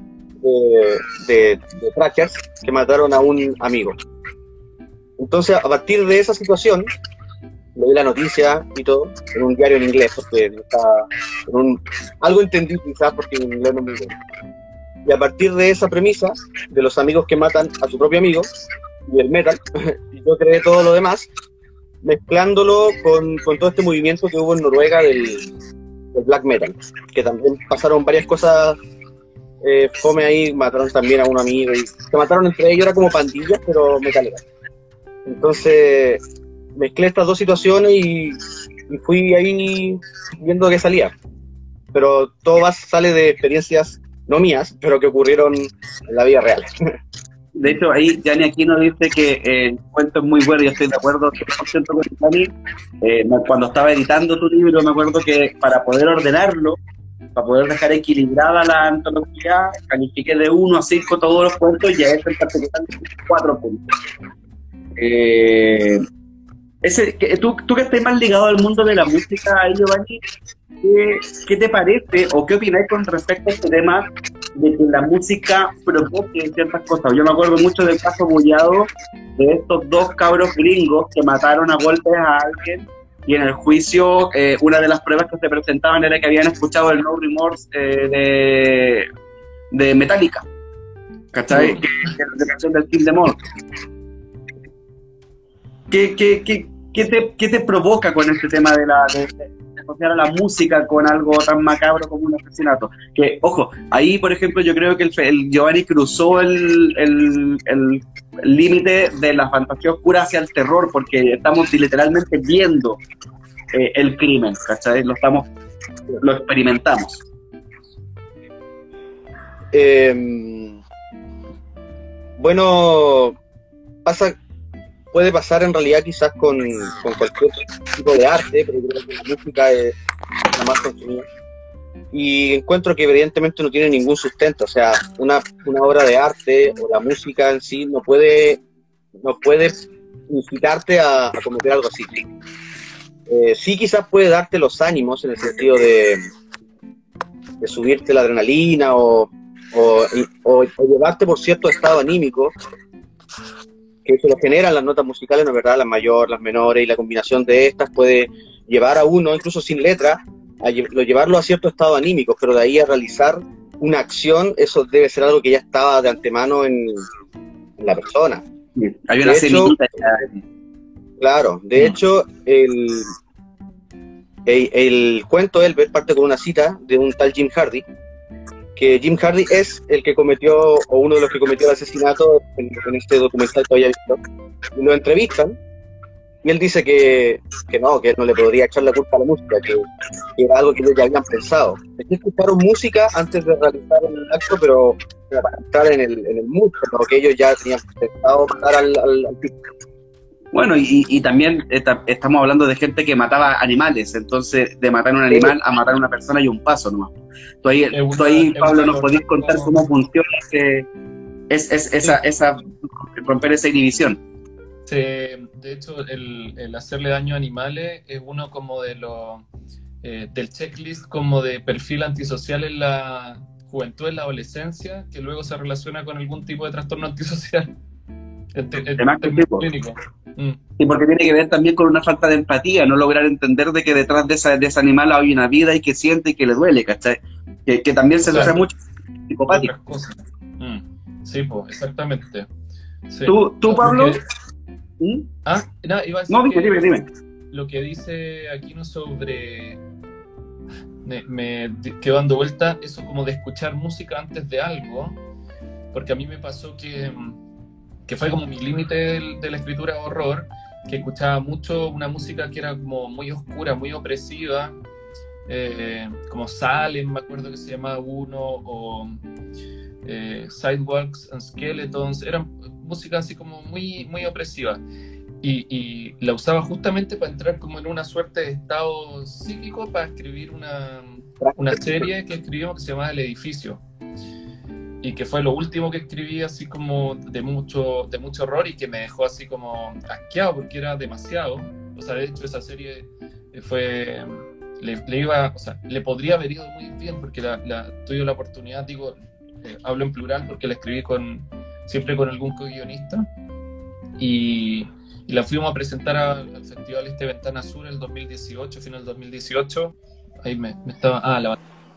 de trackers que mataron a un amigo. Entonces, a partir de esa situación, leí la noticia y todo en un diario en inglés, porque algo entendí quizás porque en inglés no me entiendo. Y a partir de esa premisa, de los amigos que matan a su propio amigo y el metal, yo creé todo lo demás, mezclándolo con todo este movimiento que hubo en Noruega del black metal, que también pasaron varias cosas fome ahí, mataron también a un amigo, y se mataron entre ellos, era como pandillas, pero metaleras. Entonces mezclé estas dos situaciones y fui ahí viendo qué salía. Pero todo sale de experiencias no mías, pero que ocurrieron en la vida real. De hecho, ahí Gianni Aquino dice que el cuento es muy bueno, y yo estoy de acuerdo 100% con Gianni. Cuando estaba editando tu libro, me acuerdo que para poder ordenarlo, para poder dejar equilibrada la antología, califiqué de 1 a 5 todos los cuentos, y a ese en particular 4 puntos. Tú que estás más ligado al mundo de la música, Giovanni, ¿qué te parece o qué opináis con respecto a este tema de que la música provoque ciertas cosas? Yo me acuerdo mucho del caso Bullado, de estos 2 cabros gringos que mataron a golpes a alguien, y en el juicio una de las pruebas que se presentaban era que habían escuchado el No Remorse de Metallica, ¿cachai? Que es la canción del Kill Them All. ¿Qué te provoca con este tema de asociar a la música con algo tan macabro como un asesinato. Que, ojo, ahí, por ejemplo, yo creo que el Giovanni cruzó el límite de la fantasía oscura hacia el terror, porque estamos literalmente viendo el crimen, ¿cachai? Lo experimentamos. Bueno, puede pasar en realidad quizás con cualquier tipo de arte, pero creo que la música es la más consumida. Y encuentro que evidentemente no tiene ningún sustento, o sea, una obra de arte o la música en sí no puede incitarte a cometer algo así. Sí quizás puede darte los ánimos en el sentido de subirte la adrenalina o llevarte por cierto estado anímico, que se lo generan las notas musicales, ¿no es verdad? Las mayores, las menores, y la combinación de estas puede llevar a uno, incluso sin letra, llevarlo a cierto estado anímico, pero de ahí a realizar una acción, eso debe ser algo que ya estaba de antemano en la persona. Sí, hay una semillita. Claro, de hecho, el cuento Elber parte con una cita de un tal Jim Hardy, que Jim Hardy es el que cometió, o uno de los que cometió el asesinato en este documental que había visto, y lo entrevistan, y él dice que él no le podría echar la culpa a la música, que era algo que ellos ya habían pensado. Es que escucharon música antes de realizar el acto, pero para entrar en el mood, como que ellos ya tenían pensado matar al tipo. Bueno, y también estamos hablando de gente que mataba animales, entonces de matar un animal a matar a una persona hay un paso nomás. Tú ahí Pablo, nos podés contar cómo funciona esa romper esa inhibición. Sí, de hecho, el hacerle daño a animales es uno como de del checklist como de perfil antisocial en la juventud, en la adolescencia, que luego se relaciona con algún tipo de trastorno antisocial. Clínico. Y porque tiene que ver también con una falta de empatía, no lograr entender de que detrás de ese animal hay una vida y que siente y que le duele, ¿cachai? Que también se asocia mucho psicopático. Sí, pues, exactamente. Sí. ¿Tú Pablo? Iba a decir dime. Lo que dice Aquino sobre... Me quedo dando vuelta eso como de escuchar música antes de algo, porque a mí me pasó que fue como mi límite de la escritura de horror, que escuchaba mucho una música que era como muy oscura, muy opresiva, como Salem, me acuerdo que se llamaba uno, o Sidewalks and Skeletons, eran música así como muy, muy opresiva, y la usaba justamente para entrar como en una suerte de estado psíquico para escribir una serie que escribimos que se llamaba El Edificio, y que fue lo último que escribí así como de mucho horror y que me dejó así como asqueado porque era demasiado. O sea, de hecho esa serie le podría haber ido muy bien porque tuve la oportunidad, hablo en plural porque la escribí siempre con algún co-guionista y la fuimos a presentar al festival Ventana Sur el 2018, final del 2018. Ahí me estaba... la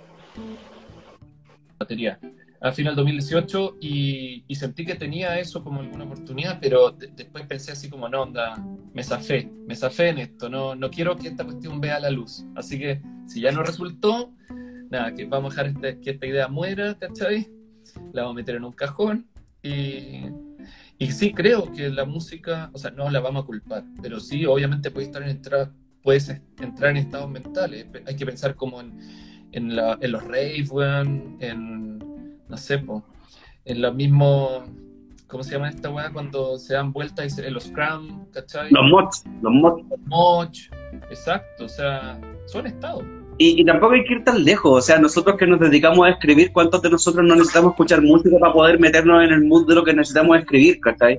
batería. Al final del 2018 y sentí que tenía eso como alguna oportunidad, pero después pensé así como, no, onda, me zafé en esto, no quiero que esta cuestión vea la luz, así que si ya no resultó, nada, que vamos a dejar que esta idea muera, ¿cachai? La vamos a meter en un cajón y sí creo que la música, o sea, no la vamos a culpar, pero sí, obviamente puedes entrar en estados mentales, hay que pensar como en los raves, no sé, en lo mismo, ¿cómo se llama esta weá? Cuando se dan vueltas en los scrum, ¿cachai? Los moch, exacto, o sea, son estados. Y tampoco hay que ir tan lejos, o sea, nosotros que nos dedicamos a escribir, ¿cuántos de nosotros no necesitamos escuchar música para poder meternos en el mood de lo que necesitamos escribir, ¿cachai?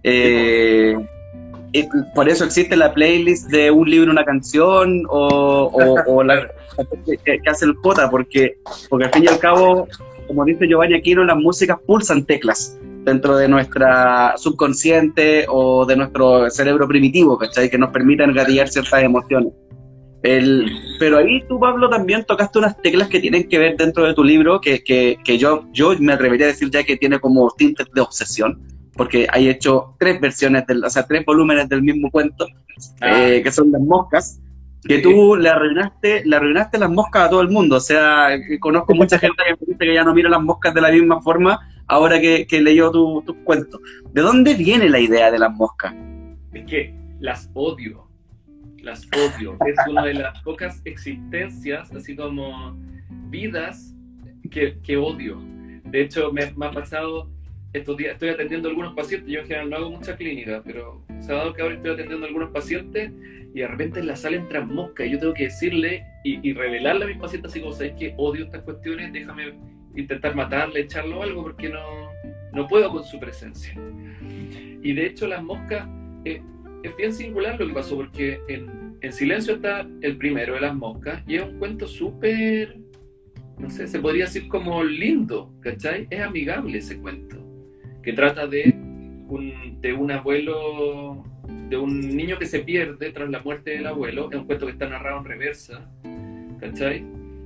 Por eso existe la playlist de un libro, una canción, o la que hace el Jota, porque al fin y al cabo, como dice Giovanni Aquino, las músicas pulsan teclas dentro de nuestra subconsciente o de nuestro cerebro primitivo, ¿cachai? Que nos permitan gatillar ciertas emociones. Pero ahí tú, Pablo, también tocaste unas teclas que tienen que ver dentro de tu libro, que yo me atrevería a decir ya que tiene como tintes de obsesión, porque hay hecho 3 volúmenes del mismo cuento, que son Las Moscas, que tú le arruinaste las moscas a todo el mundo. O sea, conozco mucha gente que me dice que ya no mira las moscas de la misma forma ahora que leyó tus cuentos. ¿De dónde viene la idea de las moscas? Es que las odio. Las odio. Es una de las pocas existencias, así como vidas, que odio. De hecho, me ha pasado estos días, estoy atendiendo a algunos pacientes, yo en general no hago mucha clínica, pero se ha dado que ahora estoy atendiendo a algunos pacientes y de repente en la sala entran moscas y yo tengo que decirle y revelarle a mis pacientes así como, ¿sabes qué? Odio estas cuestiones, déjame intentar matarle, echarlo o algo porque no puedo con su presencia. Y de hecho las moscas, es bien singular lo que pasó porque en Silencio está el primero de las moscas y es un cuento súper, no sé, se podría decir como lindo, ¿cachai? Es amigable ese cuento, que trata de un abuelo, de un niño que se pierde tras la muerte del abuelo. Es un cuento que está narrado en reversa, ¿cachai?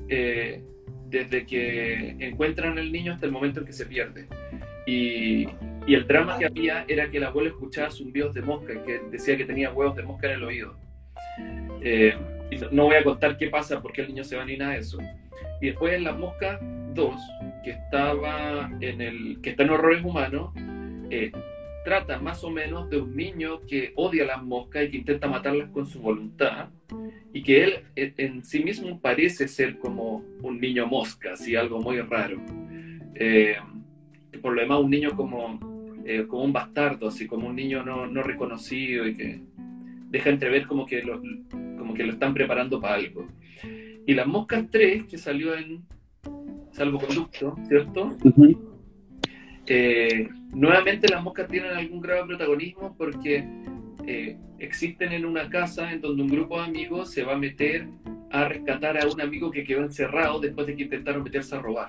Desde que encuentran al niño hasta el momento en que se pierde. Y el drama que había era que el abuelo escuchaba zumbidos de mosca, que decía que tenía huevos de mosca en el oído. Y no voy a contar qué pasa, porque el niño se va ni nada de eso. Y después en La Mosca 2, que está en Horrores Humanos, trata más o menos de un niño que odia las moscas y que intenta matarlas con su voluntad, y que él en sí mismo parece ser como un niño mosca, así, algo muy raro. Por lo demás, un niño como un bastardo, así como un niño no reconocido y que deja entrever como que lo están preparando para algo. Y Las Moscas 3, que salió en Salvoconducto, ¿cierto? Uh-huh. Nuevamente las moscas tienen algún grado de protagonismo porque existen en una casa en donde un grupo de amigos se va a meter a rescatar a un amigo que quedó encerrado después de que intentaron meterse a robar.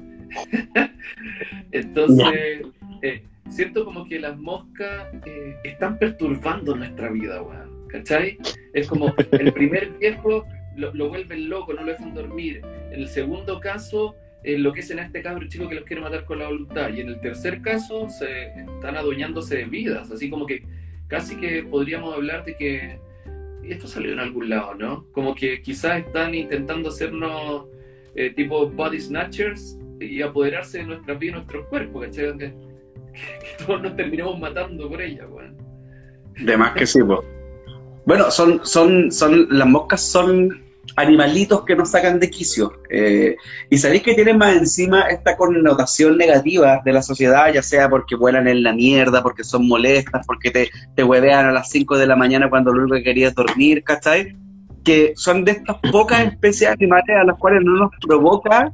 Entonces, siento como que las moscas están perturbando nuestra vida, weón, ¿cachai? Es como el primer viejo lo vuelven loco, no lo dejan dormir. En el segundo caso, enloquecen a este cabro chico que los quiere matar con la voluntad. Y en el tercer caso, se están adueñándose de vidas. Así como que casi que podríamos hablar de que esto salió en algún lado, ¿no? Como que quizás están intentando hacernos tipo body snatchers y apoderarse de nuestras vidas y nuestros cuerpos, ¿cachai? Que todos nos terminamos matando por ella, weón. De más que sí, pues. Bueno, las moscas son animalitos que nos sacan de quicio. Y sabéis que tienen más encima esta connotación negativa de la sociedad, ya sea porque vuelan en la mierda, porque son molestas, porque te huevean a las 5 de la mañana cuando lo único que querías es dormir, ¿cachai? Que son de estas pocas especies animales a las cuales no nos provoca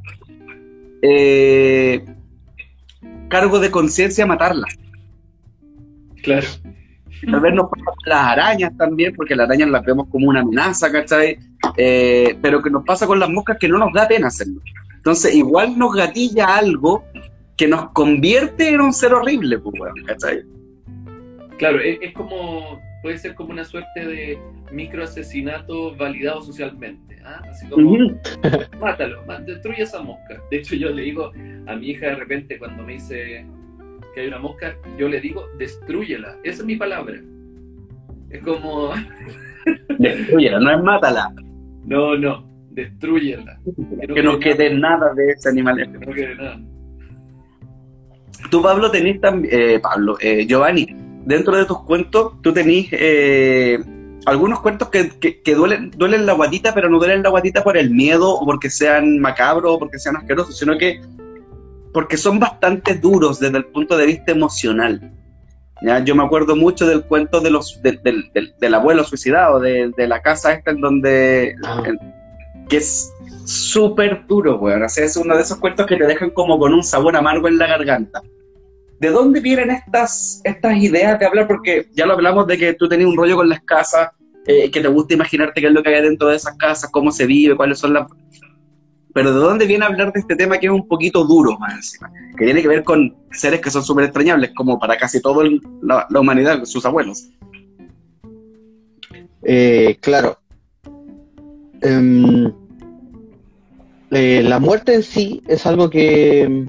cargo de conciencia matarlas. Claro. Tal vez nos pasa con las arañas también, porque las arañas las vemos como una amenaza, ¿cachai? Pero que nos pasa con las moscas que no nos da pena hacerlo. Entonces, igual nos gatilla algo que nos convierte en un ser horrible, pues, bueno, ¿cachai? Claro, es como, puede ser como una suerte de microasesinato validado socialmente, ¿ah? Así como, mátalo, destruye esa mosca. De hecho, yo le digo a mi hija de repente cuando me dice que hay una mosca, yo le digo, destrúyela. Esa es mi palabra. Es como... Destrúyela, no es mátala. No, destrúyela. Que no quede nada de ese animal. Que no quede nada. Tú, Pablo, tenés también... Giovanni, dentro de tus cuentos, tú tenés algunos cuentos que duelen la guatita, pero no duelen la guatita por el miedo, o porque sean macabros, o porque sean asquerosos, sino que porque son bastante duros desde el punto de vista emocional. ¿Ya? Yo me acuerdo mucho del cuento del abuelo suicidado, de la casa esta en donde... que es súper duro, weón. O sea, es uno de esos cuentos que te dejan como con un sabor amargo en la garganta. ¿De dónde vienen estas ideas de hablar? Porque ya lo hablamos de que tú tenías un rollo con las casas, que te gusta imaginarte qué es lo que hay dentro de esas casas, cómo se vive, cuáles son las... Pero ¿de dónde viene a hablar de este tema que es un poquito duro más encima? Que tiene que ver con seres que son súper extrañables, como para casi toda la humanidad, sus abuelos. Claro. La muerte en sí es algo que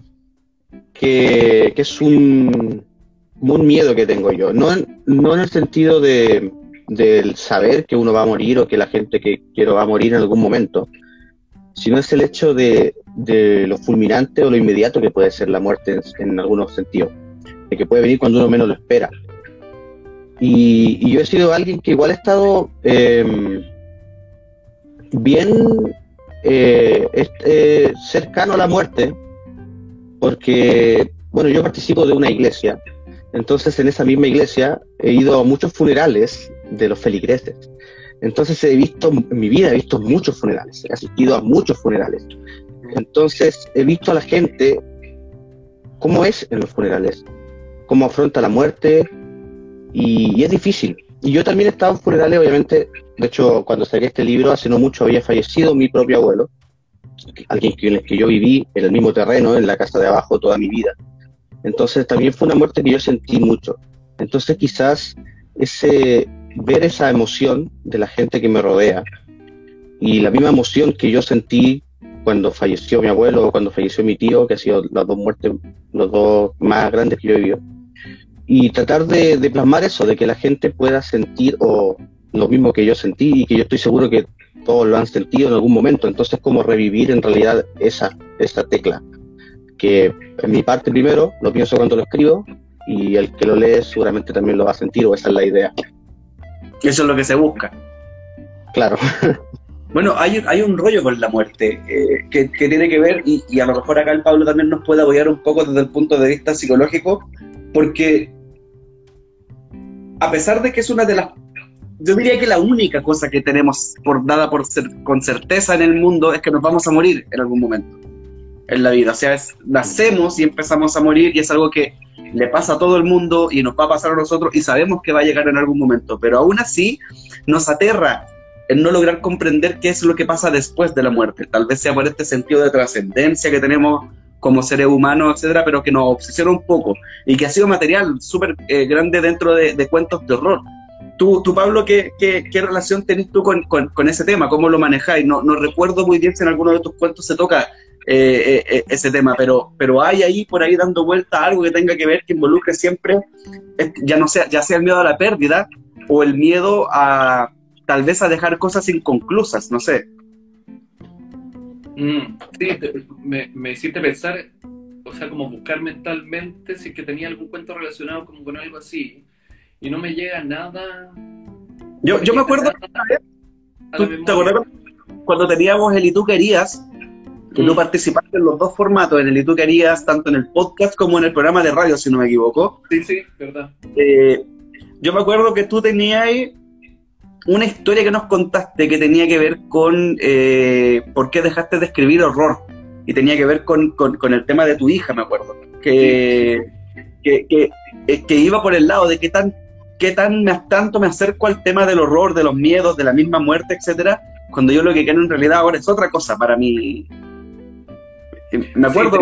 es un miedo que tengo yo. No en el sentido de del saber que uno va a morir o que la gente que quiero va a morir en algún momento, sino es el hecho de lo fulminante o lo inmediato que puede ser la muerte en algunos sentidos, de que puede venir cuando uno menos lo espera. Y yo he sido alguien que igual ha estado bien cercano a la muerte, porque, bueno, yo participo de una iglesia, entonces en esa misma iglesia he ido a muchos funerales de los feligreses. Entonces en mi vida he visto muchos funerales, he asistido a muchos funerales. Entonces he visto a la gente cómo es en los funerales, cómo afronta la muerte, y es difícil. Y yo también he estado en funerales, obviamente. De hecho, cuando saqué este libro, hace no mucho había fallecido mi propio abuelo, alguien con el que yo viví en el mismo terreno, en la casa de abajo, toda mi vida. Entonces también fue una muerte que yo sentí mucho. Entonces quizás ver esa emoción de la gente que me rodea, y la misma emoción que yo sentí cuando falleció mi abuelo o cuando falleció mi tío, que han sido las dos muertes, los dos más grandes que yo he vivido, y tratar de plasmar eso, de que la gente pueda sentir o lo mismo que yo sentí, y que yo estoy seguro que todos lo han sentido en algún momento. Entonces, como revivir en realidad esa tecla, que en mi parte primero lo pienso cuando lo escribo, y el que lo lee seguramente también lo va a sentir, o esa es la idea. Eso es lo que se busca. Claro. Bueno, hay un rollo con la muerte que tiene que ver, y a lo mejor acá el Pablo también nos puede apoyar un poco desde el punto de vista psicológico, porque a pesar de que es una de las, yo diría que la única cosa que tenemos con certeza en el mundo es que nos vamos a morir en algún momento en la vida. O sea, nacemos y empezamos a morir, y es algo que le pasa a todo el mundo y nos va a pasar a nosotros, y sabemos que va a llegar en algún momento, pero aún así nos aterra el no lograr comprender qué es lo que pasa después de la muerte. Tal vez sea por este sentido de trascendencia que tenemos como seres humanos, etcétera, pero que nos obsesiona un poco, y que ha sido material súper grande dentro de cuentos de horror. Tú, Pablo, ¿qué relación tenés tú con ese tema? ¿Cómo lo manejáis? No recuerdo muy bien si en alguno de tus cuentos se toca ese tema, pero hay ahí por ahí dando vuelta algo que tenga que ver, que involucre siempre, ya sea el miedo a la pérdida o el miedo a tal vez a dejar cosas inconclusas, no sé. Sí, me hiciste pensar, o sea, como buscar mentalmente si es que tenía algún cuento relacionado como con algo así, y no me llega nada. Yo me acuerdo ¿te acuerdas cuando teníamos el Y tú querías? Que tú participaste en los dos formatos, en el Y tú querías, tanto en el podcast como en el programa de radio, si no me equivoco. Sí, verdad. Yo me acuerdo que tú tenías una historia que nos contaste que tenía que ver con por qué dejaste de escribir horror, y tenía que ver con el tema de tu hija, me acuerdo, que iba por el lado de qué tanto me acerco al tema del horror, de los miedos, de la misma muerte, etcétera, cuando yo lo que quiero en realidad ahora es otra cosa para mí. Me acuerdo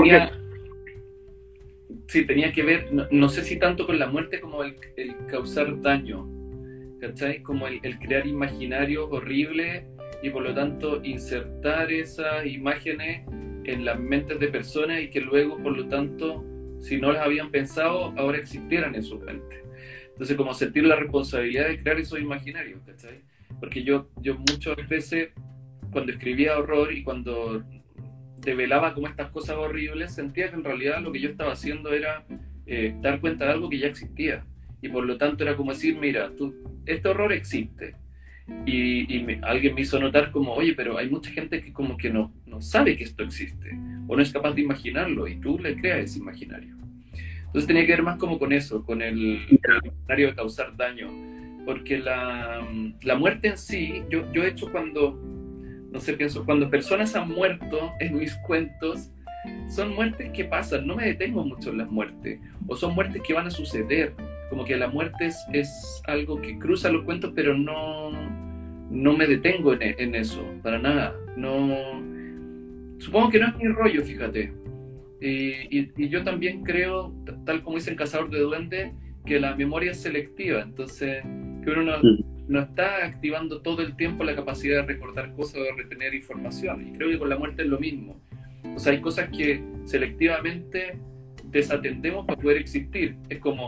tenía que ver, no sé si tanto con la muerte como el causar daño, ¿cachai? Como el crear imaginarios horribles, y por lo tanto insertar esas imágenes en las mentes de personas, y que luego, por lo tanto, si no las habían pensado, ahora existieran en sus mentes. Entonces, como sentir la responsabilidad de crear esos imaginarios, ¿cachai? Porque yo muchas veces, cuando escribía horror y cuando develaba como estas cosas horribles, sentía que en realidad lo que yo estaba haciendo era dar cuenta de algo que ya existía. Y por lo tanto era como decir, mira, este horror existe. Y alguien me hizo notar como, oye, pero hay mucha gente que como que no sabe que esto existe, o no es capaz de imaginarlo, y tú le creas ese imaginario. Entonces tenía que ver más como con eso, con el imaginario de causar daño. Porque la muerte en sí, yo he hecho pienso, cuando personas han muerto en mis cuentos, son muertes que pasan, no me detengo mucho en las muertes, o son muertes que van a suceder, como que la muerte es algo que cruza los cuentos, pero no me detengo en eso, para nada. Supongo que no es mi rollo, fíjate. Y yo también creo, tal como dice el Cazador de Duendes, que la memoria es selectiva, entonces que uno no está activando todo el tiempo la capacidad de recordar cosas o de retener información, y creo que con la muerte es lo mismo. O sea, hay cosas que selectivamente desatendemos para poder existir. Es como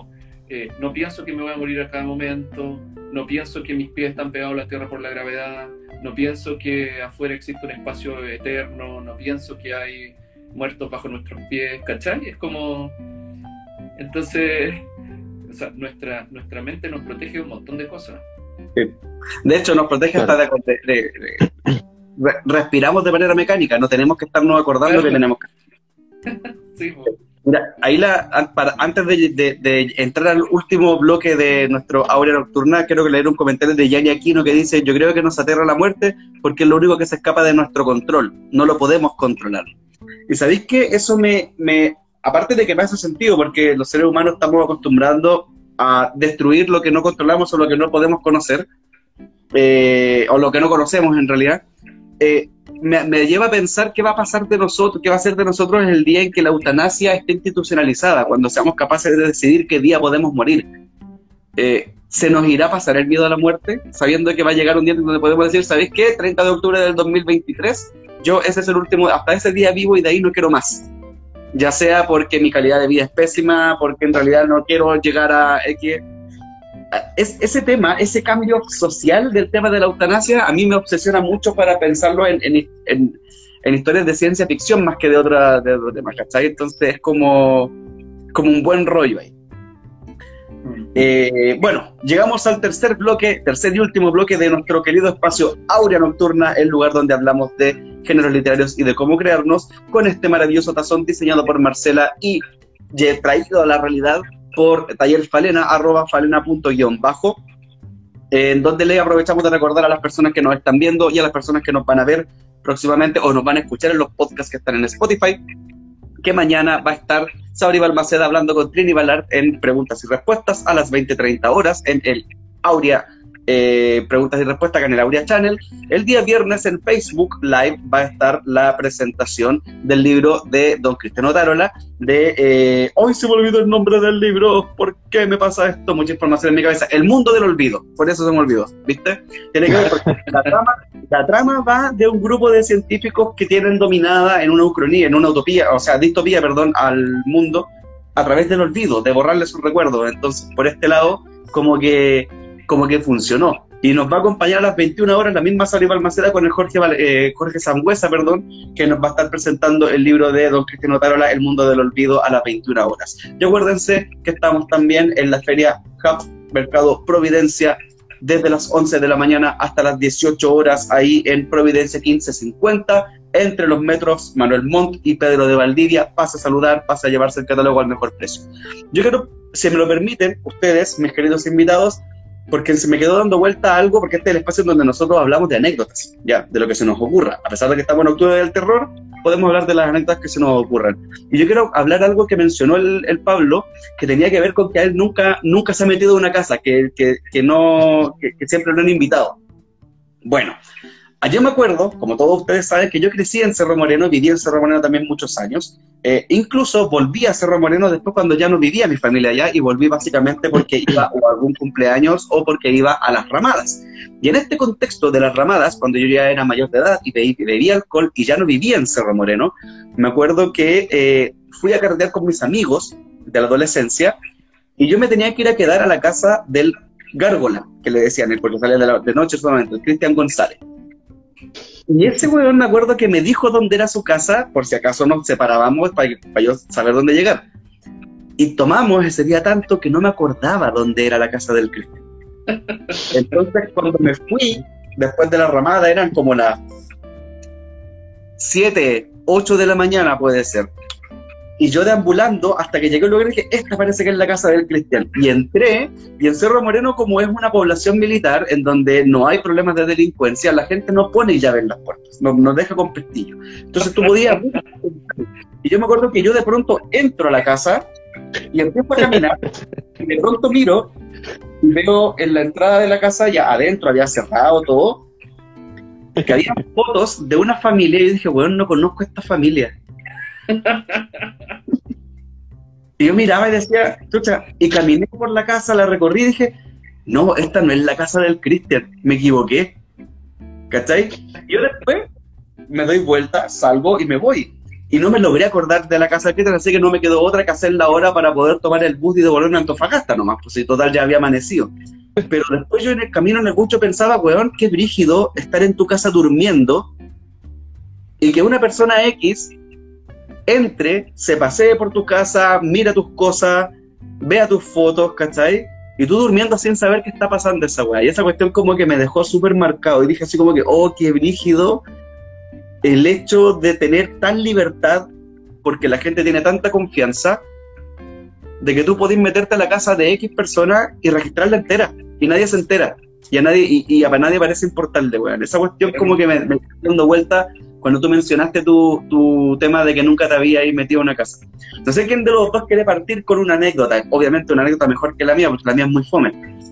no pienso que me voy a morir a cada momento, no pienso que mis pies están pegados a la tierra por la gravedad, no pienso que afuera existe un espacio eterno, no pienso que hay muertos bajo nuestros pies, ¿cachai? Es como... Entonces, o sea, nuestra mente nos protege de un montón de cosas. Sí. De hecho, nos protege hasta respiramos de manera mecánica, no tenemos que estarnos acordando que tenemos que... Sí, pues. Mira, ahí antes de entrar al último bloque de nuestro Aurea Nocturna, quiero leer un comentario de Yanni Aquino que dice: yo creo que nos aterra la muerte porque es lo único que se escapa de nuestro control, no lo podemos controlar. Y sabéis que eso aparte de que me hace sentido, porque los seres humanos estamos acostumbrando a destruir lo que no controlamos o lo que no podemos conocer, o lo que no conocemos en realidad, me lleva a pensar qué va a pasar de nosotros, qué va a ser de nosotros el día en que la eutanasia esté institucionalizada, cuando seamos capaces de decidir qué día podemos morir. ¿Se nos irá a pasar el miedo a la muerte, sabiendo que va a llegar un día donde podemos decir, ¿sabéis qué? 30 de octubre del 2023, ese es el último, hasta ese día vivo y de ahí no quiero más. Ya sea porque mi calidad de vida es pésima, porque en realidad no quiero llegar a X. Ese tema, ese cambio social del tema de la eutanasia, a mí me obsesiona mucho para pensarlo en historias de ciencia ficción más que de otro tema, ¿cachai? Entonces es como un buen rollo ahí. Bueno, llegamos al tercer y último bloque de nuestro querido espacio Aurea Nocturna, el lugar donde hablamos de géneros literarios y de cómo crearnos, con este maravilloso tazón diseñado por Marcela y traído a la realidad por Taller Falena, @falena._, en donde le aprovechamos de recordar a las personas que nos están viendo y a las personas que nos van a ver próximamente o nos van a escuchar en los podcasts que están en Spotify, que mañana va a estar Sabri Balmaceda hablando con Trini Ballard en Preguntas y Respuestas a las 20:30 horas en el Aurea Preguntas y Respuestas acá en el Aurea Channel. El día viernes en Facebook Live va a estar la presentación del libro de don Cristian Otárola hoy se me olvidó el nombre del libro, ¿por qué me pasa esto? Mucha información en mi cabeza. El mundo del olvido, por eso se me olvidó, ¿viste? Tiene que ver porque la trama va de un grupo de científicos que tienen dominada en una ucronía, en una utopía, o sea, distopía, perdón, al mundo a través del olvido, de borrarle sus recuerdos. Entonces, por este lado, como que funcionó. Y nos va a acompañar a las 21 horas la misma Sabri Balmaceda con el Jorge Sangüesa, que nos va a estar presentando el libro de don Cristian Otárola, El mundo del olvido, a las 21 horas. Y acuérdense que estamos también en la Feria Hub Mercado Providencia, desde las 11 de la mañana hasta las 18 horas, ahí en Providencia 1550, entre los metros Manuel Montt y Pedro de Valdivia. Pasa a saludar, pasa a llevarse el catálogo al mejor precio. Yo quiero, si me lo permiten, ustedes, mis queridos invitados, porque se me quedó dando vuelta a algo, porque este es el espacio en donde nosotros hablamos de anécdotas, ya, de lo que se nos ocurra. A pesar de que estamos en octubre del terror, podemos hablar de las anécdotas que se nos ocurran. Y yo quiero hablar algo que mencionó el Pablo, que tenía que ver con que a él nunca se ha metido en una casa, que siempre lo han invitado. Bueno, yo me acuerdo, como todos ustedes saben, que yo crecí en Cerro Moreno, viví en Cerro Moreno también muchos años. Incluso volví a Cerro Moreno después cuando ya no vivía mi familia allá, y volví básicamente porque iba o a algún cumpleaños o porque iba a las ramadas. Y en este contexto de las ramadas, cuando yo ya era mayor de edad y bebía alcohol y ya no vivía en Cerro Moreno, me acuerdo que fui a carretear con mis amigos de la adolescencia y yo me tenía que ir a quedar a la casa del Gárgola, que le decían, porque salía de noche solamente, el Cristian González. Y ese weón, me acuerdo que me dijo dónde era su casa, por si acaso nos separábamos para yo saber dónde llegar. Y tomamos ese día tanto que no me acordaba dónde era la casa del Cristian. Entonces, cuando me fui, después de la ramada, eran como las 7, 8 de la mañana, puede ser. Y yo deambulando hasta que llegué al lugar y dije, esta parece que es la casa del Cristian. Y entré, y en Cerro Moreno, como es una población militar, en donde no hay problemas de delincuencia, la gente no pone llave en las puertas, no deja con pestillo. Entonces tú podías... Y yo me acuerdo que yo de pronto entro a la casa, y empiezo a caminar, y de pronto miro, y veo en la entrada de la casa, ya adentro había cerrado todo, que había fotos de una familia, y yo dije, bueno, no conozco a esta familia. Y yo miraba y decía, chucha, y caminé por la casa, la recorrí y dije, no, esta no es la casa del Cristian, me equivoqué, ¿cachai? Y yo después me doy vuelta, salgo y me voy, y no me logré acordar de la casa de Cristian, así que no me quedó otra que hacer la hora para poder tomar el bus y devolverme a Antofagasta nomás, pues si total ya había amanecido. Pero después yo en el camino en el bus yo pensaba, weón, qué brígido estar en tu casa durmiendo y que una persona X entre, se pasee por tu casa, mira tus cosas, vea tus fotos, ¿cachai? Y tú durmiendo sin saber qué está pasando esa weá. Y esa cuestión como que me dejó súper marcado. Y dije así como que, oh, qué brígido el hecho de tener tan libertad, porque la gente tiene tanta confianza, de que tú podés meterte a la casa de X personas y registrarla entera. Y nadie se entera. Y a nadie parece importarle, weón. Esa cuestión como que me está dando vuelta cuando tú mencionaste tu tema de que nunca te habías metido a una casa. No sé quién de los dos quiere partir con una anécdota. Obviamente una anécdota mejor que la mía, porque la mía es muy fome.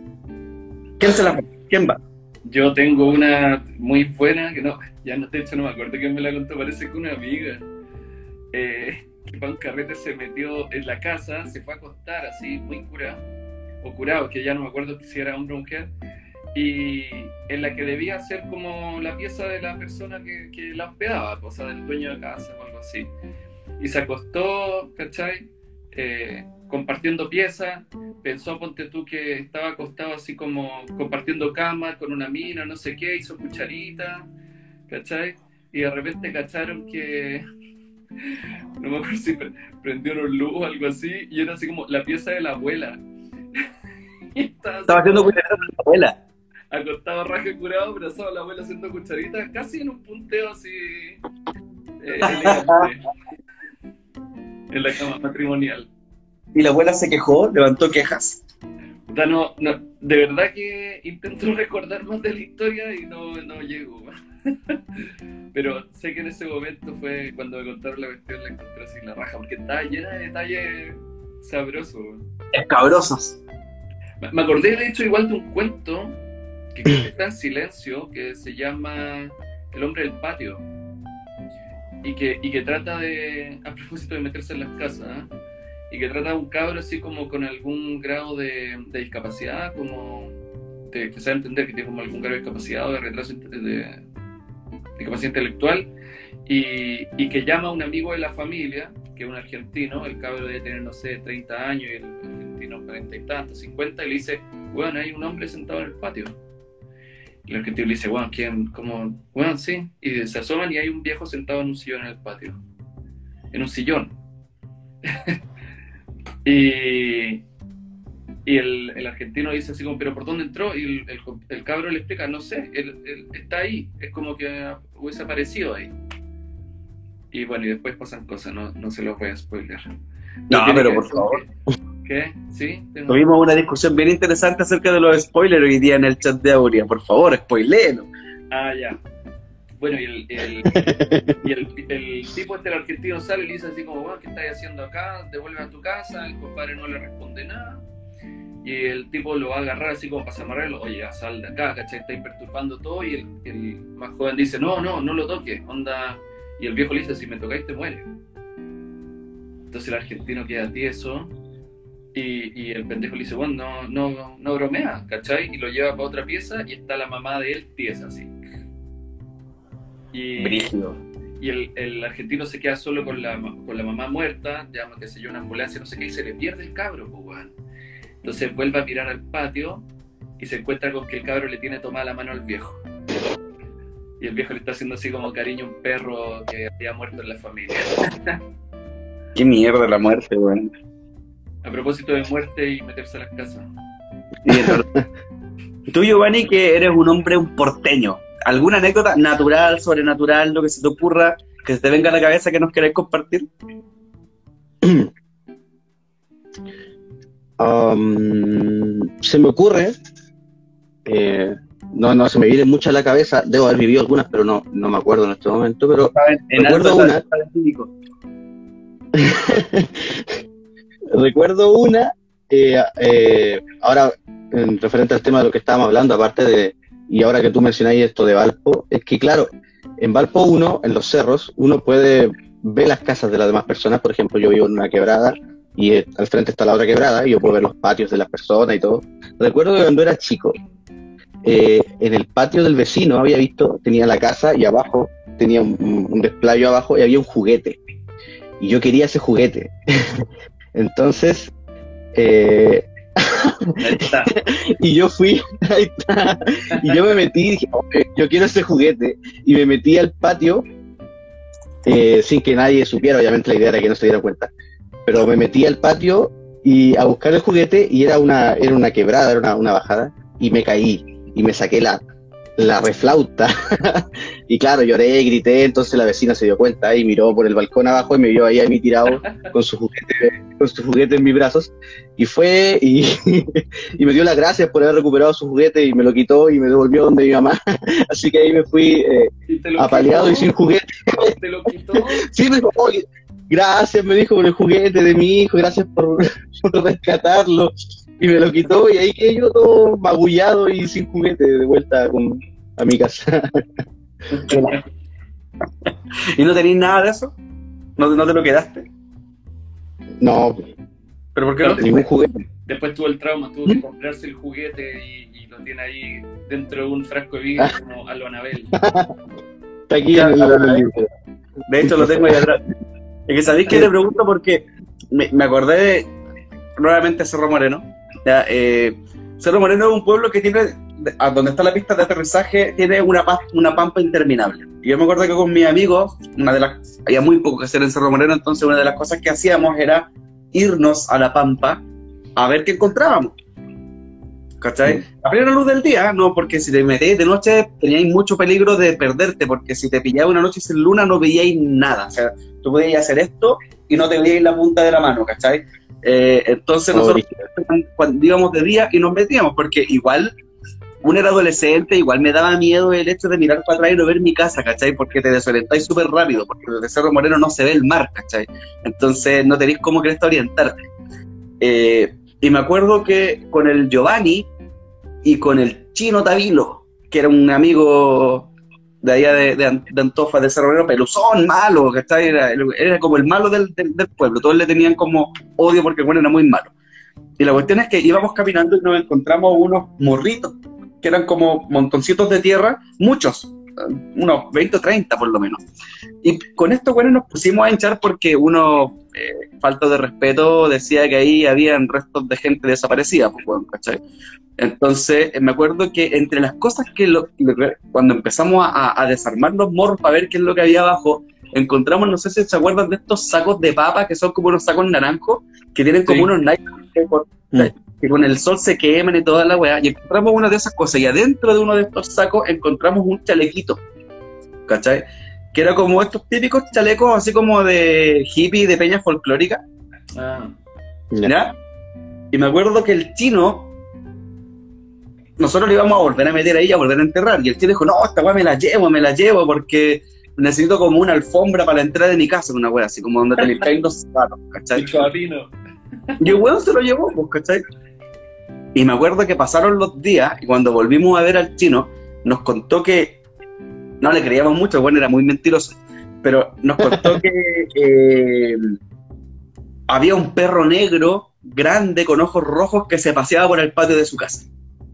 ¿Quién va? Yo tengo una muy buena, que no, ya no, de hecho no me acuerdo quién me la contó, parece que una amiga. Que para un carrete se metió en la casa, se fue a acostar así, muy curado, que ya no me acuerdo si era hombre o mujer, y en la que debía ser como la pieza de la persona que la hospedaba, o sea, del dueño de casa o algo así. Y se acostó, ¿cachai? Compartiendo piezas, pensó, ponte tú, que estaba acostado así como compartiendo cama con una mina, no sé qué, hizo cucharita, ¿cachai? Y de repente cacharon que, no me acuerdo si prendieron luz o algo así, y era así como la pieza de la abuela. Y estaba haciendo cucharita con la abuela. Acostado raje curado, abrazado a la abuela haciendo cucharita, casi en un punteo así elegante, en la cama matrimonial. Y la abuela se quejó, levantó quejas. No, de verdad que intento recordar más de la historia y no llego. Pero sé que en ese momento fue cuando me contaron la cuestión, la encontré así la raja, porque estaba llena de detalles sabrosos. Escabrosos. Me acordé, de hecho, igual de un cuento que creo que está en silencio, que se llama El hombre del patio, y que trata de, a propósito de meterse en las casas, ¿eh? Y que trata de un cabro así como con algún grado de discapacidad, como que se va a entender que tiene como algún grado de discapacidad o de retraso de discapacidad intelectual, y que llama a un amigo de la familia, que es un argentino. El cabro debe tener, no sé, 30 años, y el argentino 40 y tantos, 50, y le dice, bueno, hay un hombre sentado en el patio. Y el argentino le dice, bueno, ¿quién? ¿Cómo? Bueno, sí. Y se asoman y hay un viejo sentado en un sillón en el patio. En un sillón. y el argentino dice así como, ¿pero por dónde entró? Y el cabro le explica, no sé, él está ahí. Es como que hubiese aparecido ahí. Y bueno, y después pasan cosas, no se los voy a spoiler. No, pero por favor. ¿Qué? ¿Sí? Tuvimos una discusión bien interesante acerca de los spoilers hoy día en el chat de Aurea. Por favor, spoiléelo. Ah, ya. Bueno, y el tipo el argentino sale y le dice así como, bueno, ¿qué estás haciendo acá? Devuelve a tu casa. El compadre no le responde nada. Y el tipo lo va a agarrar así como para amarrarlo. Oye, ya sal de acá, ¿cachai? Estáis perturbando todo. Y el más joven dice, no lo toques, onda. Y el viejo le dice, si me tocáis te mueres. Entonces el argentino queda tieso. Y el pendejo le dice, bueno, no bromea, ¿cachai? Y lo lleva para otra pieza y está la mamá de él tiesa así. Brígido. Y el argentino se queda solo con la mamá muerta, llama, qué sé yo, una ambulancia, no sé qué, y se le pierde el cabro, pues, bueno. Entonces vuelve a mirar al patio y se encuentra con que el cabro le tiene tomada la mano al viejo. Y el viejo le está haciendo así como cariño a un perro que había muerto en la familia. Qué mierda la muerte, weón. A propósito de muerte y meterse a las casas. Tú, Giovanni, que eres un hombre, un porteño. ¿Alguna anécdota natural, sobrenatural, lo que se te ocurra, que se te venga a la cabeza que nos queráis compartir? Se me ocurre, no se me viene mucho a la cabeza, debo haber vivido algunas, pero no me acuerdo en este momento, pero recuerdo una, ahora en referente al tema de lo que estábamos hablando, aparte de, y ahora que tú mencionáis esto de Valpo, es que claro, en Valpo uno, en los cerros, uno puede ver las casas de las demás personas. Por ejemplo, yo vivo en una quebrada y al frente está la otra quebrada y yo puedo ver los patios de las personas y todo. Recuerdo que cuando era chico, en el patio del vecino tenía la casa y abajo tenía un desplayo abajo y había un juguete. y yo quería ese juguete. Entonces, Ahí está. y yo fui, ahí está, y yo me metí y dije, "Oye, yo quiero ese juguete", y me metí al patio, sin que nadie supiera, obviamente la idea era que no se diera cuenta, pero me metí al patio y a buscar el juguete, y era una quebrada, era una bajada, y me caí, y me saqué la reflauta, y claro, lloré, grité, entonces la vecina se dio cuenta y miró por el balcón abajo y me vio ahí a mí tirado con su juguete en mis brazos, y fue, y me dio las gracias por haber recuperado su juguete, y me lo quitó y me devolvió donde mi mamá, así que ahí me fui ¿Y te lo apaleado quitó? y sin juguete. ¿Te lo quitó? Sí, me dijo, "Oye, gracias", me dijo, "por el juguete de mi hijo, gracias por rescatarlo", y me lo quitó, y ahí quedé yo todo magullado y sin juguete, de vuelta a mi casa. ¿Y no tenéis nada de eso? ¿No te lo quedaste? No, ¿Pero por qué no? ningún juguete. Después tuvo el trauma, tuvo que comprarse el juguete y lo tiene ahí dentro de un frasco de vidrio como a lo Anabel. Está aquí en el libro. De hecho, lo tengo ahí atrás. Es que sabéis que le pregunto porque me acordé de, nuevamente, Cerro Moreno. Ya, Cerro Moreno es un pueblo que tiene, donde está la pista de aterrizaje, tiene una pampa interminable. Y yo me acuerdo que con mis amigos, había muy poco que hacer en Cerro Moreno, entonces una de las cosas que hacíamos era irnos a la pampa a ver qué encontrábamos. ¿Cachai? A plena luz del día, no, porque si te metéis de noche teníais mucho peligro de perderte, porque si te pillaba una noche sin luna no veíais nada. O sea, tú podías hacer esto y no te veíais la punta de la mano, ¿cachai? Entonces nosotros cuando íbamos de día y nos metíamos, porque igual uno era adolescente, igual me daba miedo el hecho de mirar para atrás y no ver mi casa, ¿cachai? Porque te desorientáis súper rápido, porque desde Cerro Moreno no se ve el mar, ¿cachai? Entonces no tenéis cómo querés orientarte. Y me acuerdo que con el Giovanni y con el Chino Tavilo, que era un amigo de allá de Antofa, de Cerro Moreno, peluzón, malo, ¿cachai? Era como el malo del pueblo, todos le tenían como odio porque el bueno era muy malo. Y la cuestión es que íbamos caminando y nos encontramos unos morritos, que eran como montoncitos de tierra, muchos, unos 20 o 30 por lo menos. Y con estos buenos nos pusimos a hinchar porque uno, falta de respeto, decía que ahí habían restos de gente desaparecida, pues bueno, ¿cachai? Entonces me acuerdo que entre las cosas que cuando empezamos a desarmar los morros para ver qué es lo que había abajo, encontramos, no sé si se acuerdan de estos sacos de papa que son como unos sacos naranjos, que tienen como unos naipes que con el sol se queman y toda la weá, y encontramos una de esas cosas, y adentro de uno de estos sacos encontramos un chalequito, ¿cachai? Que era como estos típicos chalecos así como de hippie, de peña folclórica. ¿Ya? Y me acuerdo que el Chino, nosotros le íbamos a volver a meter ahí, a volver a enterrar, y el Chino dijo, no, esta weá me la llevo, porque necesito como una alfombra para la entrada de mi casa, una weá así, como donde te limpiáis los zapatos, ¿cachai? Y el weón se lo llevó, pues, ¿cachai? Y me acuerdo que pasaron los días, y cuando volvimos a ver al Chino, nos contó que, no le creíamos mucho, bueno, era muy mentiroso, pero nos contó que había un perro negro, grande, con ojos rojos, que se paseaba por el patio de su casa.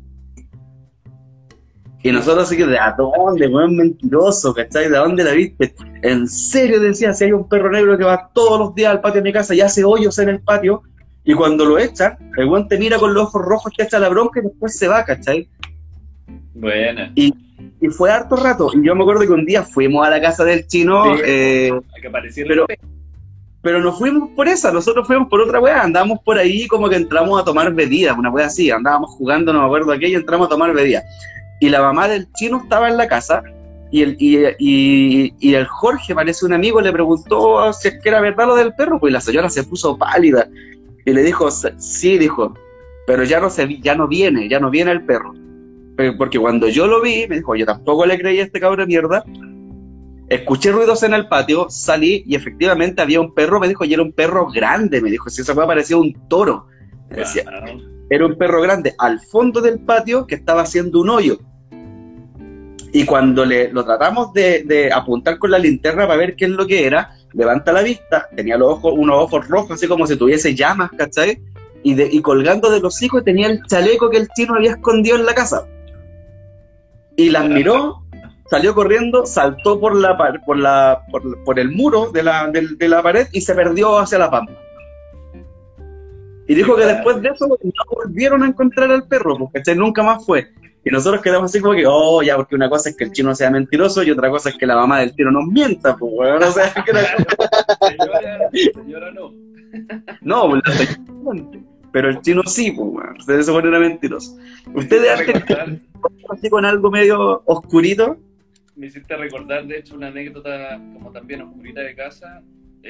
Y nosotros así que, ¿de a dónde, weón, mentiroso, cachai? ¿De dónde la viste? En serio, decía, si hay un perro negro que va todos los días al patio de mi casa y hace hoyos en el patio, y cuando lo echan, el weón te mira con los ojos rojos, te echa la bronca y después se va, ¿cachai? Buena. Y fue harto rato, y yo me acuerdo que un día fuimos a la casa del Chino, Sí, a que apareciera pero no fuimos por esa, nosotros fuimos por otra weá, andábamos por ahí como que entramos a tomar bebidas, una weá así, andábamos jugando, no me acuerdo aquello, y entramos a tomar bebidas. Y la mamá del Chino estaba en la casa, y el Jorge, parece un amigo, le preguntó si es que era verdad lo del perro, pues la señora se puso pálida, y le dijo, sí, dijo, pero ya no viene el perro. Porque cuando yo lo vi, me dijo, yo tampoco le creí a este cabrón de mierda. Escuché ruidos en el patio, salí y efectivamente había un perro, me dijo, y era un perro grande, me dijo, si esa cosa parecía un toro. Me decía, era un perro grande al fondo del patio que estaba haciendo un hoyo. Y cuando lo tratamos de apuntar con la linterna para ver qué es lo que era, levanta la vista, tenía unos ojos rojos, así como si tuviese llamas, ¿cachai? Y colgando de los hijos tenía el chaleco que el Chino había escondido en la casa. Y las miró, salió corriendo, saltó por el muro de la pared y se perdió hacia la pampa. Y dijo que después de eso no volvieron a encontrar al perro, porque nunca más fue. Y nosotros quedamos así como que, oh, ya, porque una cosa es que el chino sea mentiroso y otra cosa es que la mamá del chino nos mienta, pues, weón. O sea, que Señora no. No, la señora, pero el chino sí, pues, weón. Ustedes se ponen mentirosos. ¿Ustedes hacen así con algo medio oscurito? Me hiciste recordar, de hecho, una anécdota como también oscurita de casa.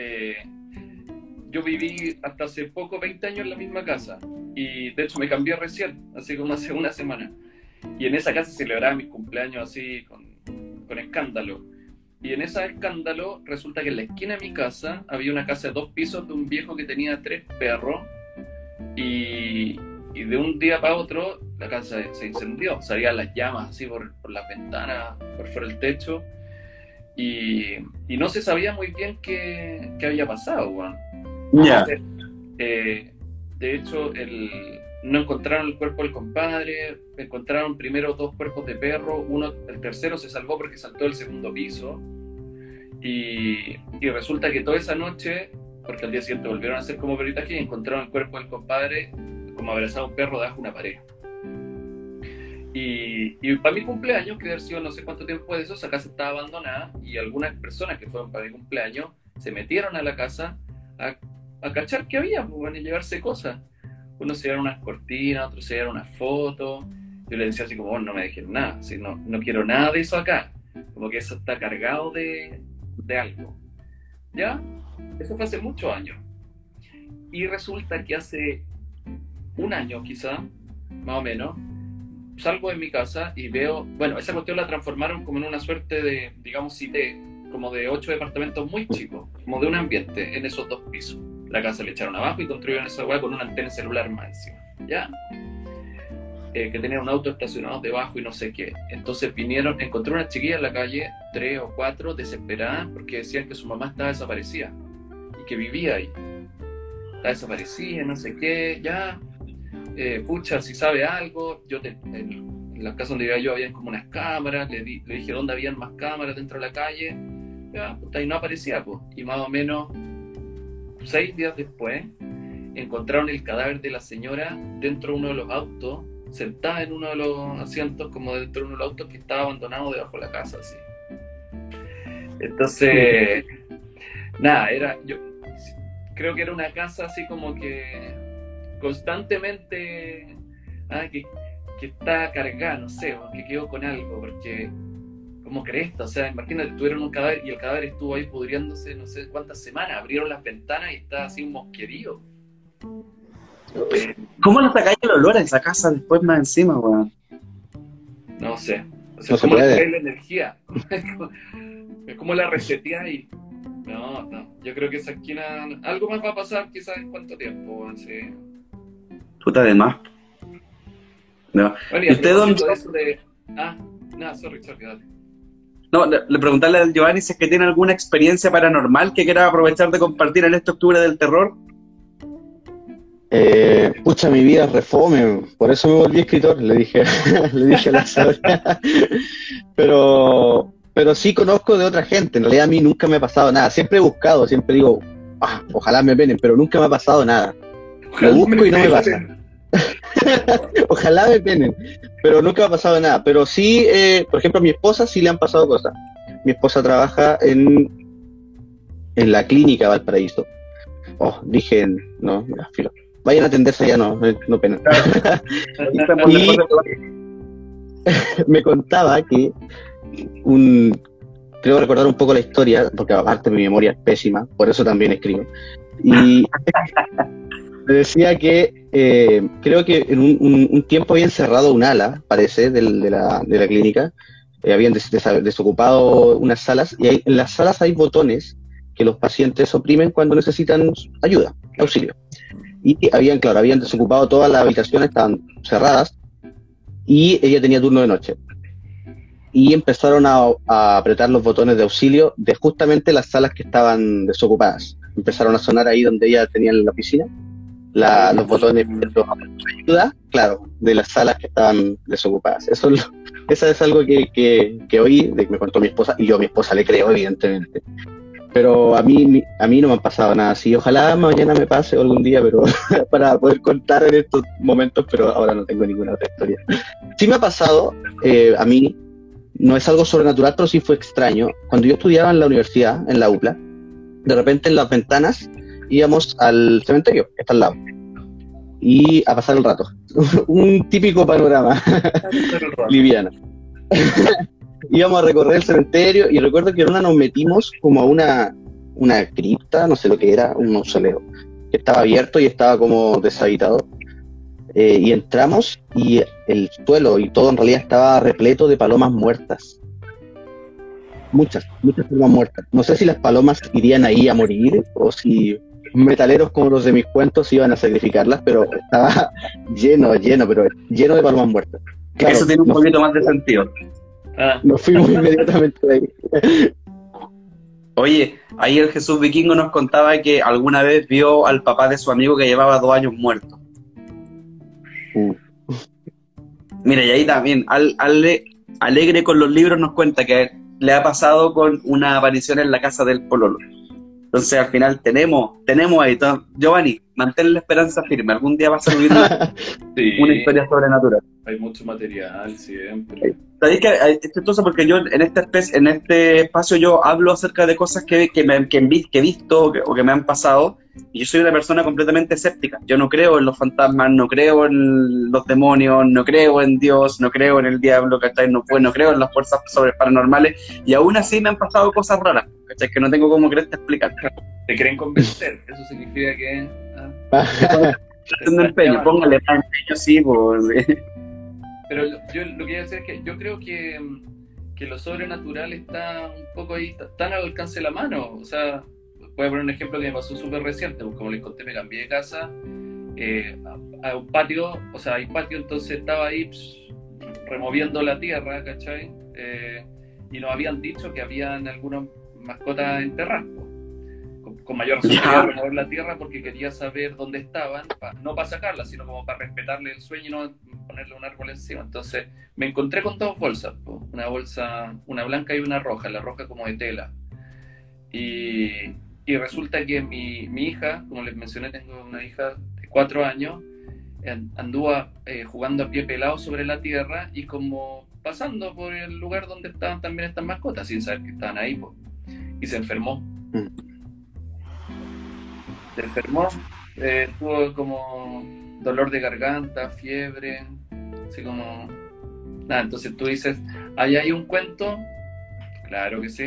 Yo viví hasta hace poco, 20 años en la misma casa. Y de hecho me cambié recién, así como hace una semana. Y en esa casa celebraba mis cumpleaños así con escándalo. Y en ese escándalo resulta que en la esquina de mi casa había una casa de 2 pisos de un viejo que tenía 3 perros. Y de un día para otro la casa se incendió. Salían las llamas así por las ventanas, por fuera del techo. Y no se sabía muy bien qué había pasado, weón. Ya. De hecho, no encontraron el cuerpo del compadre, encontraron primero 2 cuerpos de perro, el tercero se salvó porque saltó del 2.º piso, y resulta que toda esa noche, porque al día siguiente volvieron a hacer como peritaje y encontraron el cuerpo del compadre como abrazado a un perro debajo de una pared. Y para mi cumpleaños, que debe haber sido no sé cuánto tiempo de eso, esa casa estaba abandonada y algunas personas que fueron para mi cumpleaños se metieron a la casa a cachar que había, pues, van a llevarse cosas. Unos se llevaron unas cortinas, otros se llevaron unas fotos. Yo le decía así como, no me dejen nada, así, no quiero nada de eso acá. Como que eso está cargado de algo. ¿Ya? Eso fue hace muchos años. Y resulta que hace un año quizá, más o menos, salgo de mi casa y veo, bueno, esa cuestión la transformaron como en una suerte de, digamos, cité, como de 8 departamentos muy chicos, como de un ambiente en esos 2 pisos. La casa le echaron abajo y construyeron esa hueá con una antena celular más encima, ¿ya? Que tenía un auto estacionado debajo y no sé qué. Entonces vinieron, encontré una chiquilla en la calle, 3 o 4, desesperadas, porque decían que su mamá estaba desaparecida y que vivía ahí. Está desaparecida, no sé qué, ya. Pucha, si sabe algo. En la casa donde vivía yo habían como unas cámaras, le dije dónde habían más cámaras dentro de la calle, ya, puta, y no aparecía, pues. Y más o menos 6 días después encontraron el cadáver de la señora dentro de uno de los autos, sentada en uno de los asientos, como dentro de uno de los autos que estaba abandonado debajo de la casa, así. Entonces, nada, yo creo que era una casa así como que constantemente que está cargada, no sé, o que quedó con algo, porque ¿cómo crees? O sea, imagínate, tuvieron un cadáver y el cadáver estuvo ahí pudriéndose no sé cuántas semanas, abrieron las ventanas y está así un mosquerío. ¿Cómo le sacáis el olor a esa casa después más encima, weón? No sé. O sea, No ¿cómo se le puede. sacáis la energía? ¿Cómo la reseteáis? No. Yo creo que esa esquina... Algo más va a pasar, quizás en cuánto tiempo. Sí. Puta de más. No. Bueno, y ¿Y a usted propósito dónde? de eso de... nada, sorry, dale. No, le preguntarle al Giovanni si es que tiene alguna experiencia paranormal que quiera aprovechar de compartir en este octubre del terror. Pucha, mi vida es refome, por eso me volví escritor, le dije a la Sabrina. Pero sí conozco de otra gente, en realidad a mí nunca me ha pasado nada, siempre he buscado, siempre digo, ojalá me penen, pero nunca me ha pasado nada. Lo busco y no me pasa. Ojalá me penen, pero nunca me ha pasado nada. Pero sí, por ejemplo, a mi esposa sí le han pasado cosas. Mi esposa trabaja en la clínica Valparaíso. Dije, no, mira, filo. Vayan a atenderse ya, no pena. Y me contaba que creo recordar un poco la historia, porque aparte mi memoria es pésima, por eso también escribo. Y me decía que creo que en un tiempo habían cerrado un ala, parece, de la clínica. Habían desocupado unas salas, y en las salas hay botones que los pacientes oprimen cuando necesitan ayuda, auxilio. Y habían desocupado todas las habitaciones, estaban cerradas, y ella tenía turno de noche. Y empezaron a apretar los botones de auxilio de justamente las salas que estaban desocupadas. Empezaron a sonar ahí donde ella tenía en la piscina, los botones de ayuda, claro, de las salas que estaban desocupadas. Eso es esa es algo que oí, de que me contó mi esposa, y yo a mi esposa le creo, evidentemente. Pero a mí no me ha pasado nada así. Ojalá mañana me pase o algún día, pero para poder contar en estos momentos, pero ahora no tengo ninguna otra historia. Sí me ha pasado, a mí, no es algo sobrenatural, pero sí fue extraño. Cuando yo estudiaba en la universidad, en la UPLA, de repente en las ventanas íbamos al cementerio, que está al lado, y a pasar el rato. Un típico panorama liviano. Íbamos a recorrer el cementerio y recuerdo que en una nos metimos como a una cripta, no sé lo que era, un mausoleo, que estaba abierto y estaba como deshabitado. Y entramos y el suelo y todo en realidad estaba repleto de palomas muertas. Muchas palomas muertas. No sé si las palomas irían ahí a morir o si metaleros como los de mis cuentos iban a sacrificarlas, pero estaba lleno de palomas muertas. Claro, eso tiene un poquito más de sentido. Nos fuimos inmediatamente de ahí. Oye, ahí el Jesús Vikingo nos contaba que alguna vez vio al papá de su amigo que llevaba 2 años muerto. Mira, y ahí también, Alegre con los libros nos cuenta que le ha pasado con una aparición en la casa del pololo. Entonces al final tenemos ahí todo. Giovanni, mantén la esperanza firme, algún día vas a vivir Sí, una historia sobrenatural. hay mucho material siempre. ¿Sabéis que es chistoso? Porque yo en este espacio yo hablo acerca de cosas que he visto o que me han pasado, y yo soy una persona completamente escéptica. Yo no creo en los fantasmas, no creo en los demonios, no creo en Dios, no creo en el diablo, ¿cachai? No creo en las fuerzas paranormales, y aún así me han pasado cosas raras, ¿cachai? Que no tengo cómo quererte explicar. ¿Te quieren convencer? Eso significa que... Haciendo empeño, póngale más empeño, sí, pues. Pero yo lo que iba a decir es que yo creo que lo sobrenatural está un poco ahí, tan al alcance de la mano. O sea, voy a poner un ejemplo que me pasó súper reciente. Pues como les conté, me cambié de casa a un patio, o sea, hay patio, entonces estaba ahí removiendo la tierra, ¿cachai? Y nos habían dicho que habían algunas mascotas enterradas. Con mayor razón quería remover la tierra porque quería saber dónde estaban, no para sacarlas, sino como para respetarle el sueño y no ponerle un árbol encima. Entonces me encontré con 2 bolsas, una bolsa, una blanca y una roja, la roja como de tela. Y resulta que mi hija, como les mencioné, tengo una hija de 4 años, anduvo jugando a pie pelado sobre la tierra y como pasando por el lugar donde estaban también estas mascotas, sin saber que estaban ahí, y se enfermó. Se enfermó, tuvo como dolor de garganta, fiebre, así como... Nada, entonces tú dices, ¿ahí hay un cuento? Claro que sí.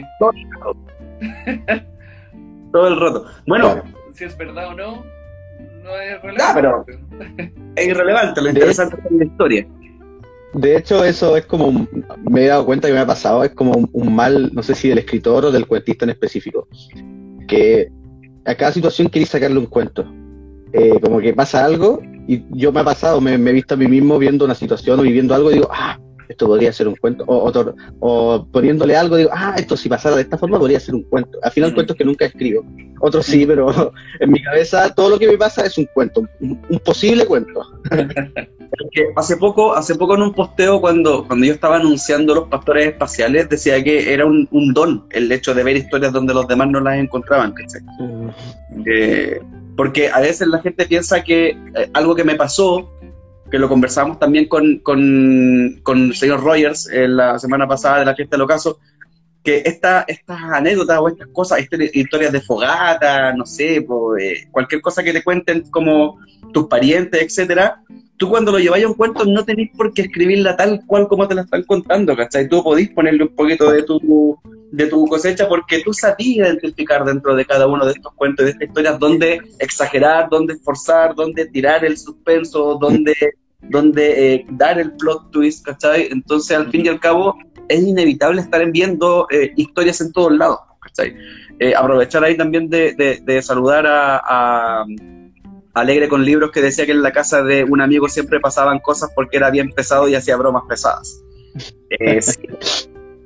Todo el rato. Bueno, Claro. Si es verdad o no, no es relevante. pero es irrelevante, lo interesante es la historia. De hecho, eso es como, me he dado cuenta que me ha pasado, es como un mal, no sé si del escritor o del cuentista en específico, que a cada situación queréis sacarle un cuento. Como que pasa algo, y yo me ha pasado, me he visto a mí mismo viendo una situación o viviendo algo y digo, esto podría ser un cuento, o poniéndole algo, digo, esto si pasara de esta forma podría ser un cuento. Al final cuentos que nunca escribo, otros sí, pero en mi cabeza todo lo que me pasa es un cuento, un posible cuento. Que hace poco en un posteo cuando yo estaba anunciando Los Pastores Espaciales, decía que era un don el hecho de ver historias donde los demás no las encontraban, ¿cachai? Porque a veces la gente piensa que algo que me pasó, que lo conversamos también con el señor Rogers la semana pasada de la fiesta del ocaso, que estas anécdotas o estas cosas, historias de fogata, no sé, cualquier cosa que te cuenten como tus parientes, etcétera, tú cuando lo lleváis a un cuento no tenés por qué escribirla tal cual como te la están contando, ¿cachai? Tú podís ponerle un poquito de tu cosecha porque tú sabías identificar dentro de cada uno de estos cuentos, de estas historias, dónde exagerar, dónde esforzar, dónde tirar el suspenso, dónde dar el plot twist, ¿cachai? Entonces, al fin y al cabo, es inevitable estar viendo historias en todos lados, ¿cachai? Aprovechar ahí también de saludar a Alegre con Libros, que decía que en la casa de un amigo siempre pasaban cosas porque era bien pesado y hacía bromas pesadas. Sí.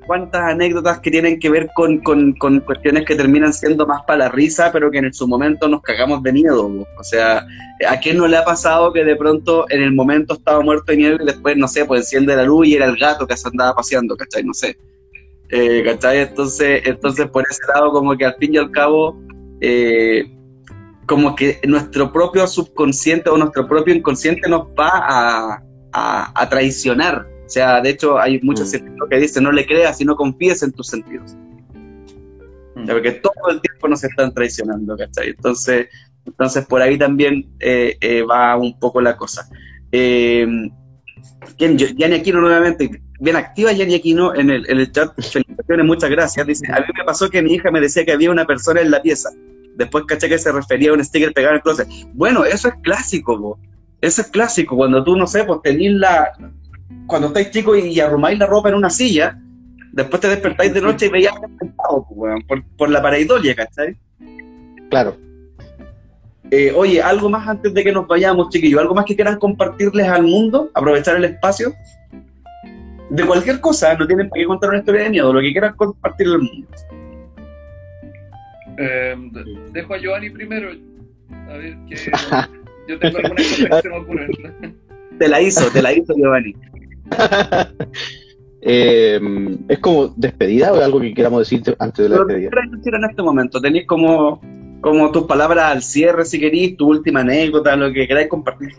cuántas anécdotas que tienen que ver con cuestiones que terminan siendo más para la risa, pero que en su momento nos cagamos de miedo, po. O sea, ¿a quién no le ha pasado que de pronto en el momento estaba muerto de miedo y después, no sé, pues enciende la luz y era el gato que se andaba paseando, ¿cachai? No sé. ¿Cachai? Entonces, por ese lado, como que al fin y al cabo, como que nuestro propio subconsciente o nuestro propio inconsciente nos va a traicionar. O sea, de hecho, hay muchos científicos que dicen, no le creas y no confíes en tus sentidos. O sea, porque todo el tiempo nos están traicionando, ¿cachai? Entonces por ahí también va un poco la cosa. Gianni Aquino nuevamente, bien activa Gianni Aquino en el chat, felicitaciones, muchas gracias. Dice, a mí me pasó que mi hija me decía que había una persona en la pieza. Después caché que se refería a un sticker pegado en el closet. Bueno, eso es clásico, po. Eso es clásico, cuando tú, no sé, pues tenés cuando estáis chicos y arrumáis la ropa en una silla, después te despertáis de noche y veías sentado, pues, por la pareidolia, ¿cachai? Claro. Oye, algo más antes de que nos vayamos, chiquillos, algo más que quieran compartirles al mundo, aprovechar el espacio, de cualquier cosa, no tienen para qué contar una historia de miedo, lo que quieran compartirle al mundo. Dejo a Giovanni primero, a ver que yo tengo algunas cosas que se me ocurren. Te la hizo Giovanni. ¿Es como despedida o algo que queramos decir antes de la despedida? Lo que decir en este momento, tenéis como tus palabras al cierre, si queréis, tu última anécdota, lo que queráis compartir.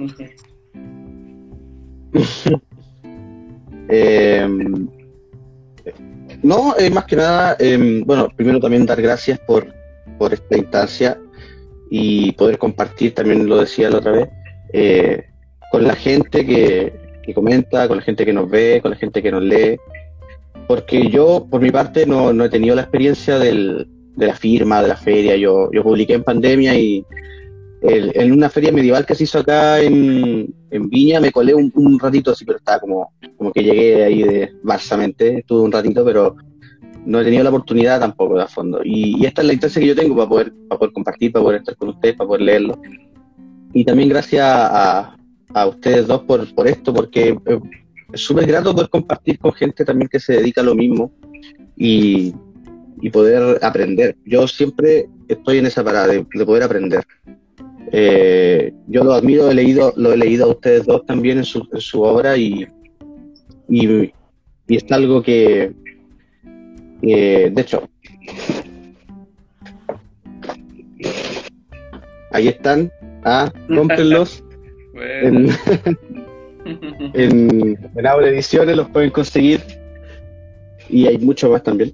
No, más que nada, bueno, primero también dar gracias por esta instancia y poder compartir, también lo decía la otra vez, con la gente que comenta, con la gente que nos ve, con la gente que nos lee, porque yo, por mi parte, no he tenido la experiencia de la firma, de la feria. Yo publiqué en pandemia y en una feria medieval que se hizo acá en Viña me colé un ratito así, pero estaba como que llegué ahí barsamente, estuve un ratito, pero no he tenido la oportunidad tampoco de a fondo. Y esta es la instancia que yo tengo para poder compartir, para poder estar con ustedes, para poder leerlo. Y también gracias a ustedes dos por esto, porque es súper grato poder compartir con gente también que se dedica a lo mismo y poder aprender. Yo siempre estoy en esa parada de poder aprender. Yo lo admiro, lo he leído a ustedes dos también en su obra y es algo que de hecho, ahí están, cómprenlos. Bueno. en Aura Ediciones los pueden conseguir y hay mucho más también.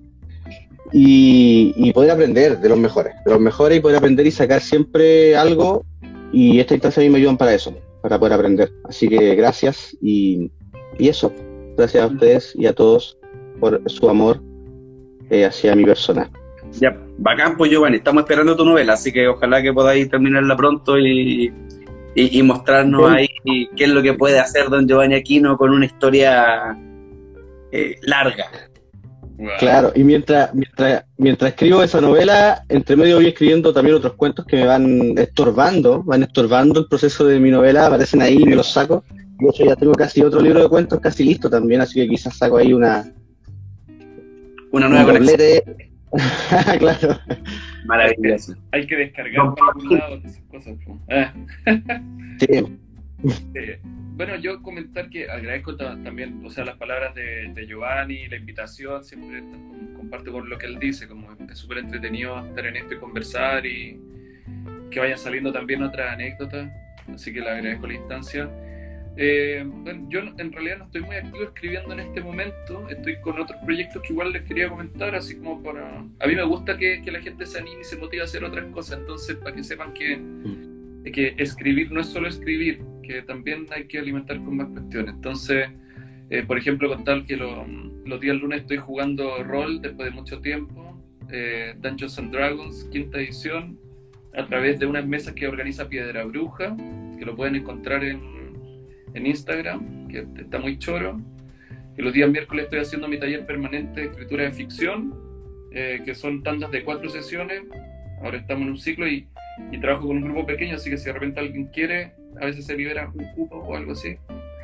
Y poder aprender de los mejores y poder aprender y sacar siempre algo, y esta instancia a mí me ayudan para eso, para poder aprender. Así que gracias y eso, gracias a ustedes y a todos por su amor hacia mi persona. Ya, bacán, pues Giovanni, estamos esperando tu novela, así que ojalá que podáis terminarla pronto y mostrarnos ahí qué es lo que puede hacer don Giovanni Aquino con una historia larga. Wow. Claro, y mientras escribo esa novela, entre medio voy escribiendo también otros cuentos que me van estorbando el proceso de mi novela, aparecen ahí y me los saco. De hecho, ya tengo casi otro libro de cuentos casi listo también, así que quizás saco ahí una nueva conexión. Claro. Maravilloso. Hay que descargar por algún lado esas cosas. Sí. Bueno, yo comentar que agradezco también, o sea, las palabras de Giovanni, la invitación, siempre comparto con lo que él dice, como es súper entretenido estar en esto y conversar, y que vayan saliendo también otras anécdotas, así que le agradezco la instancia. Bueno, yo en realidad no estoy muy activo escribiendo en este momento, estoy con otros proyectos que igual les quería comentar, así como a mí me gusta que la gente se anime y se motive a hacer otras cosas, entonces para que sepan que escribir no es solo escribir, que también hay que alimentar con más cuestiones. Entonces, por ejemplo, contar que los días lunes estoy jugando rol después de mucho tiempo, Dungeons and Dragons, 5ª edición, a través de unas mesas que organiza Piedra Bruja, que lo pueden encontrar en Instagram, que está muy choro. Y los días miércoles estoy haciendo mi taller permanente de escritura de ficción, que son tandas de 4 sesiones. Ahora estamos en un ciclo y trabajo con un grupo pequeño, así que si de repente alguien quiere, a veces se libera un cupo o algo así.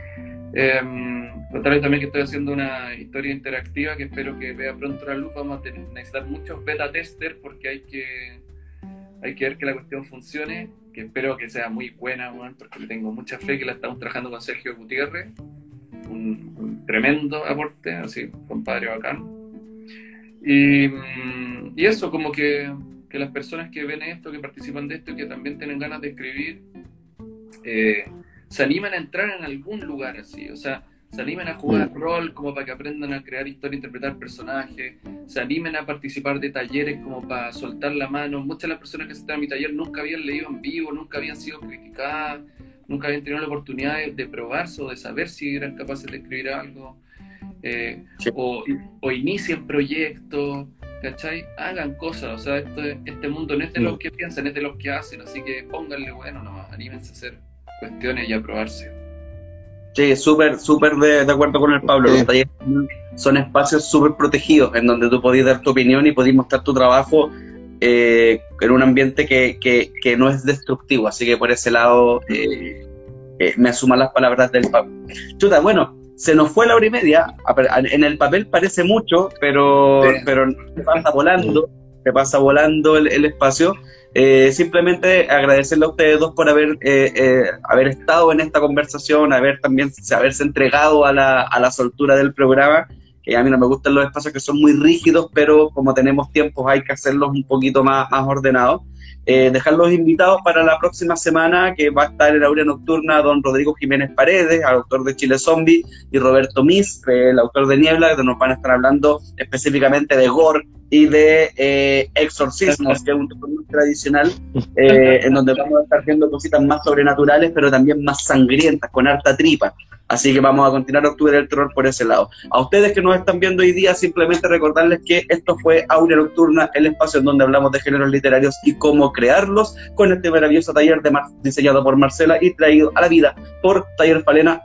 Contarles también que estoy haciendo una historia interactiva que espero que vea pronto la luz. Vamos a necesitar muchos beta testers porque hay que ver que la cuestión funcione, que espero que sea muy buena, bueno, porque le tengo mucha fe, que la estamos trabajando con Sergio Gutiérrez, un tremendo aporte, así, compadre bacán. Y eso, como que las personas que ven esto, que participan de esto y que también tienen ganas de escribir, se animen a entrar en algún lugar así, o sea, se animen a jugar rol como para que aprendan a crear historia, interpretar personajes, se animen a participar de talleres como para soltar la mano. Muchas de las personas que están en mi taller nunca habían leído en vivo, nunca habían sido criticadas, nunca habían tenido la oportunidad de probarse o de saber si eran capaces de escribir algo, Sí. o inicien proyectos, ¿cachai? Hagan cosas, o sea, este mundo no es de los que piensan, es de los que hacen, así que pónganle bueno nomás, anímense a hacer cuestiones y a probarse. Sí, súper de acuerdo con el Pablo. Sí. Los talleres son espacios súper protegidos en donde tú podés dar tu opinión y podés mostrar tu trabajo en un ambiente que no es destructivo. Así que por ese lado me suman las palabras del Pablo. Chuta, bueno, se nos fue la hora y media. En el papel parece mucho, pero se pasa volando el espacio. Simplemente agradecerle a ustedes dos por haber estado en esta conversación, haberse entregado a la soltura del programa, que a mí no me gustan los espacios que son muy rígidos, pero como tenemos tiempos hay que hacerlos un poquito más ordenados. Dejarlos invitados para la próxima semana, que va a estar en Aurea Nocturna don Rodrigo Jiménez Paredes, autor de Chile Zombie, y Roberto Mis, el autor de Niebla, que nos van a estar hablando específicamente de gore y de exorcismos, que es un tema muy tradicional, en donde vamos a estar viendo cositas más sobrenaturales, pero también más sangrientas, con harta tripa. Así que vamos a continuar Octubre del Terror por ese lado. A ustedes que nos están viendo hoy día, simplemente recordarles que esto fue Aurea Nocturna, el espacio en donde hablamos de géneros literarios y cómo crearlos, con este maravilloso taller diseñado por Marcela y traído a la vida por tallerfalena,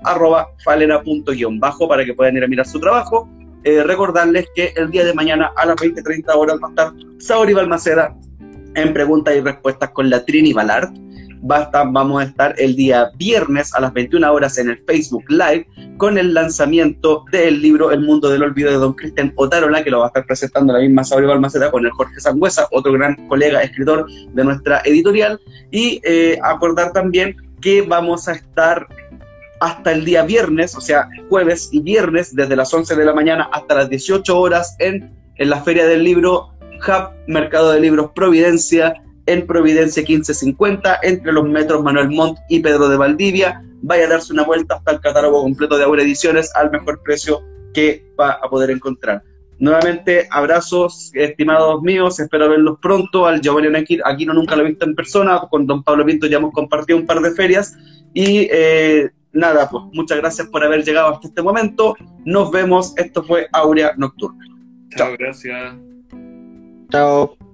@falena._, para que puedan ir a mirar su trabajo. Recordarles que el día de mañana a las 20:30 horas va a estar Saori Balmaceda en preguntas y respuestas con la Trini Ballard. Vamos a estar el día viernes a las 21 horas en el Facebook Live con el lanzamiento del libro El Mundo del Olvido de don Cristian Otárola, que lo va a estar presentando la misma Saori Balmaceda con el Jorge Sangüesa, otro gran colega escritor de nuestra editorial. Y acordar también que vamos a estar hasta el día viernes, o sea, jueves y viernes, desde las 11 de la mañana hasta las 18 horas en la Feria del Libro Hub, Mercado de Libros Providencia, en Providencia 1550, entre los metros Manuel Montt y Pedro de Valdivia. Vaya a darse una vuelta hasta el catálogo completo de Aurea Ediciones al mejor precio que va a poder encontrar. Nuevamente, abrazos, estimados míos, espero verlos pronto. Al Giovanni Aquino nunca lo he visto en persona, con don Pablo Pinto ya hemos compartido un par de ferias, y nada, pues muchas gracias por haber llegado hasta este momento. Nos vemos, esto fue Aurea Nocturna. Chao, gracias. Chao.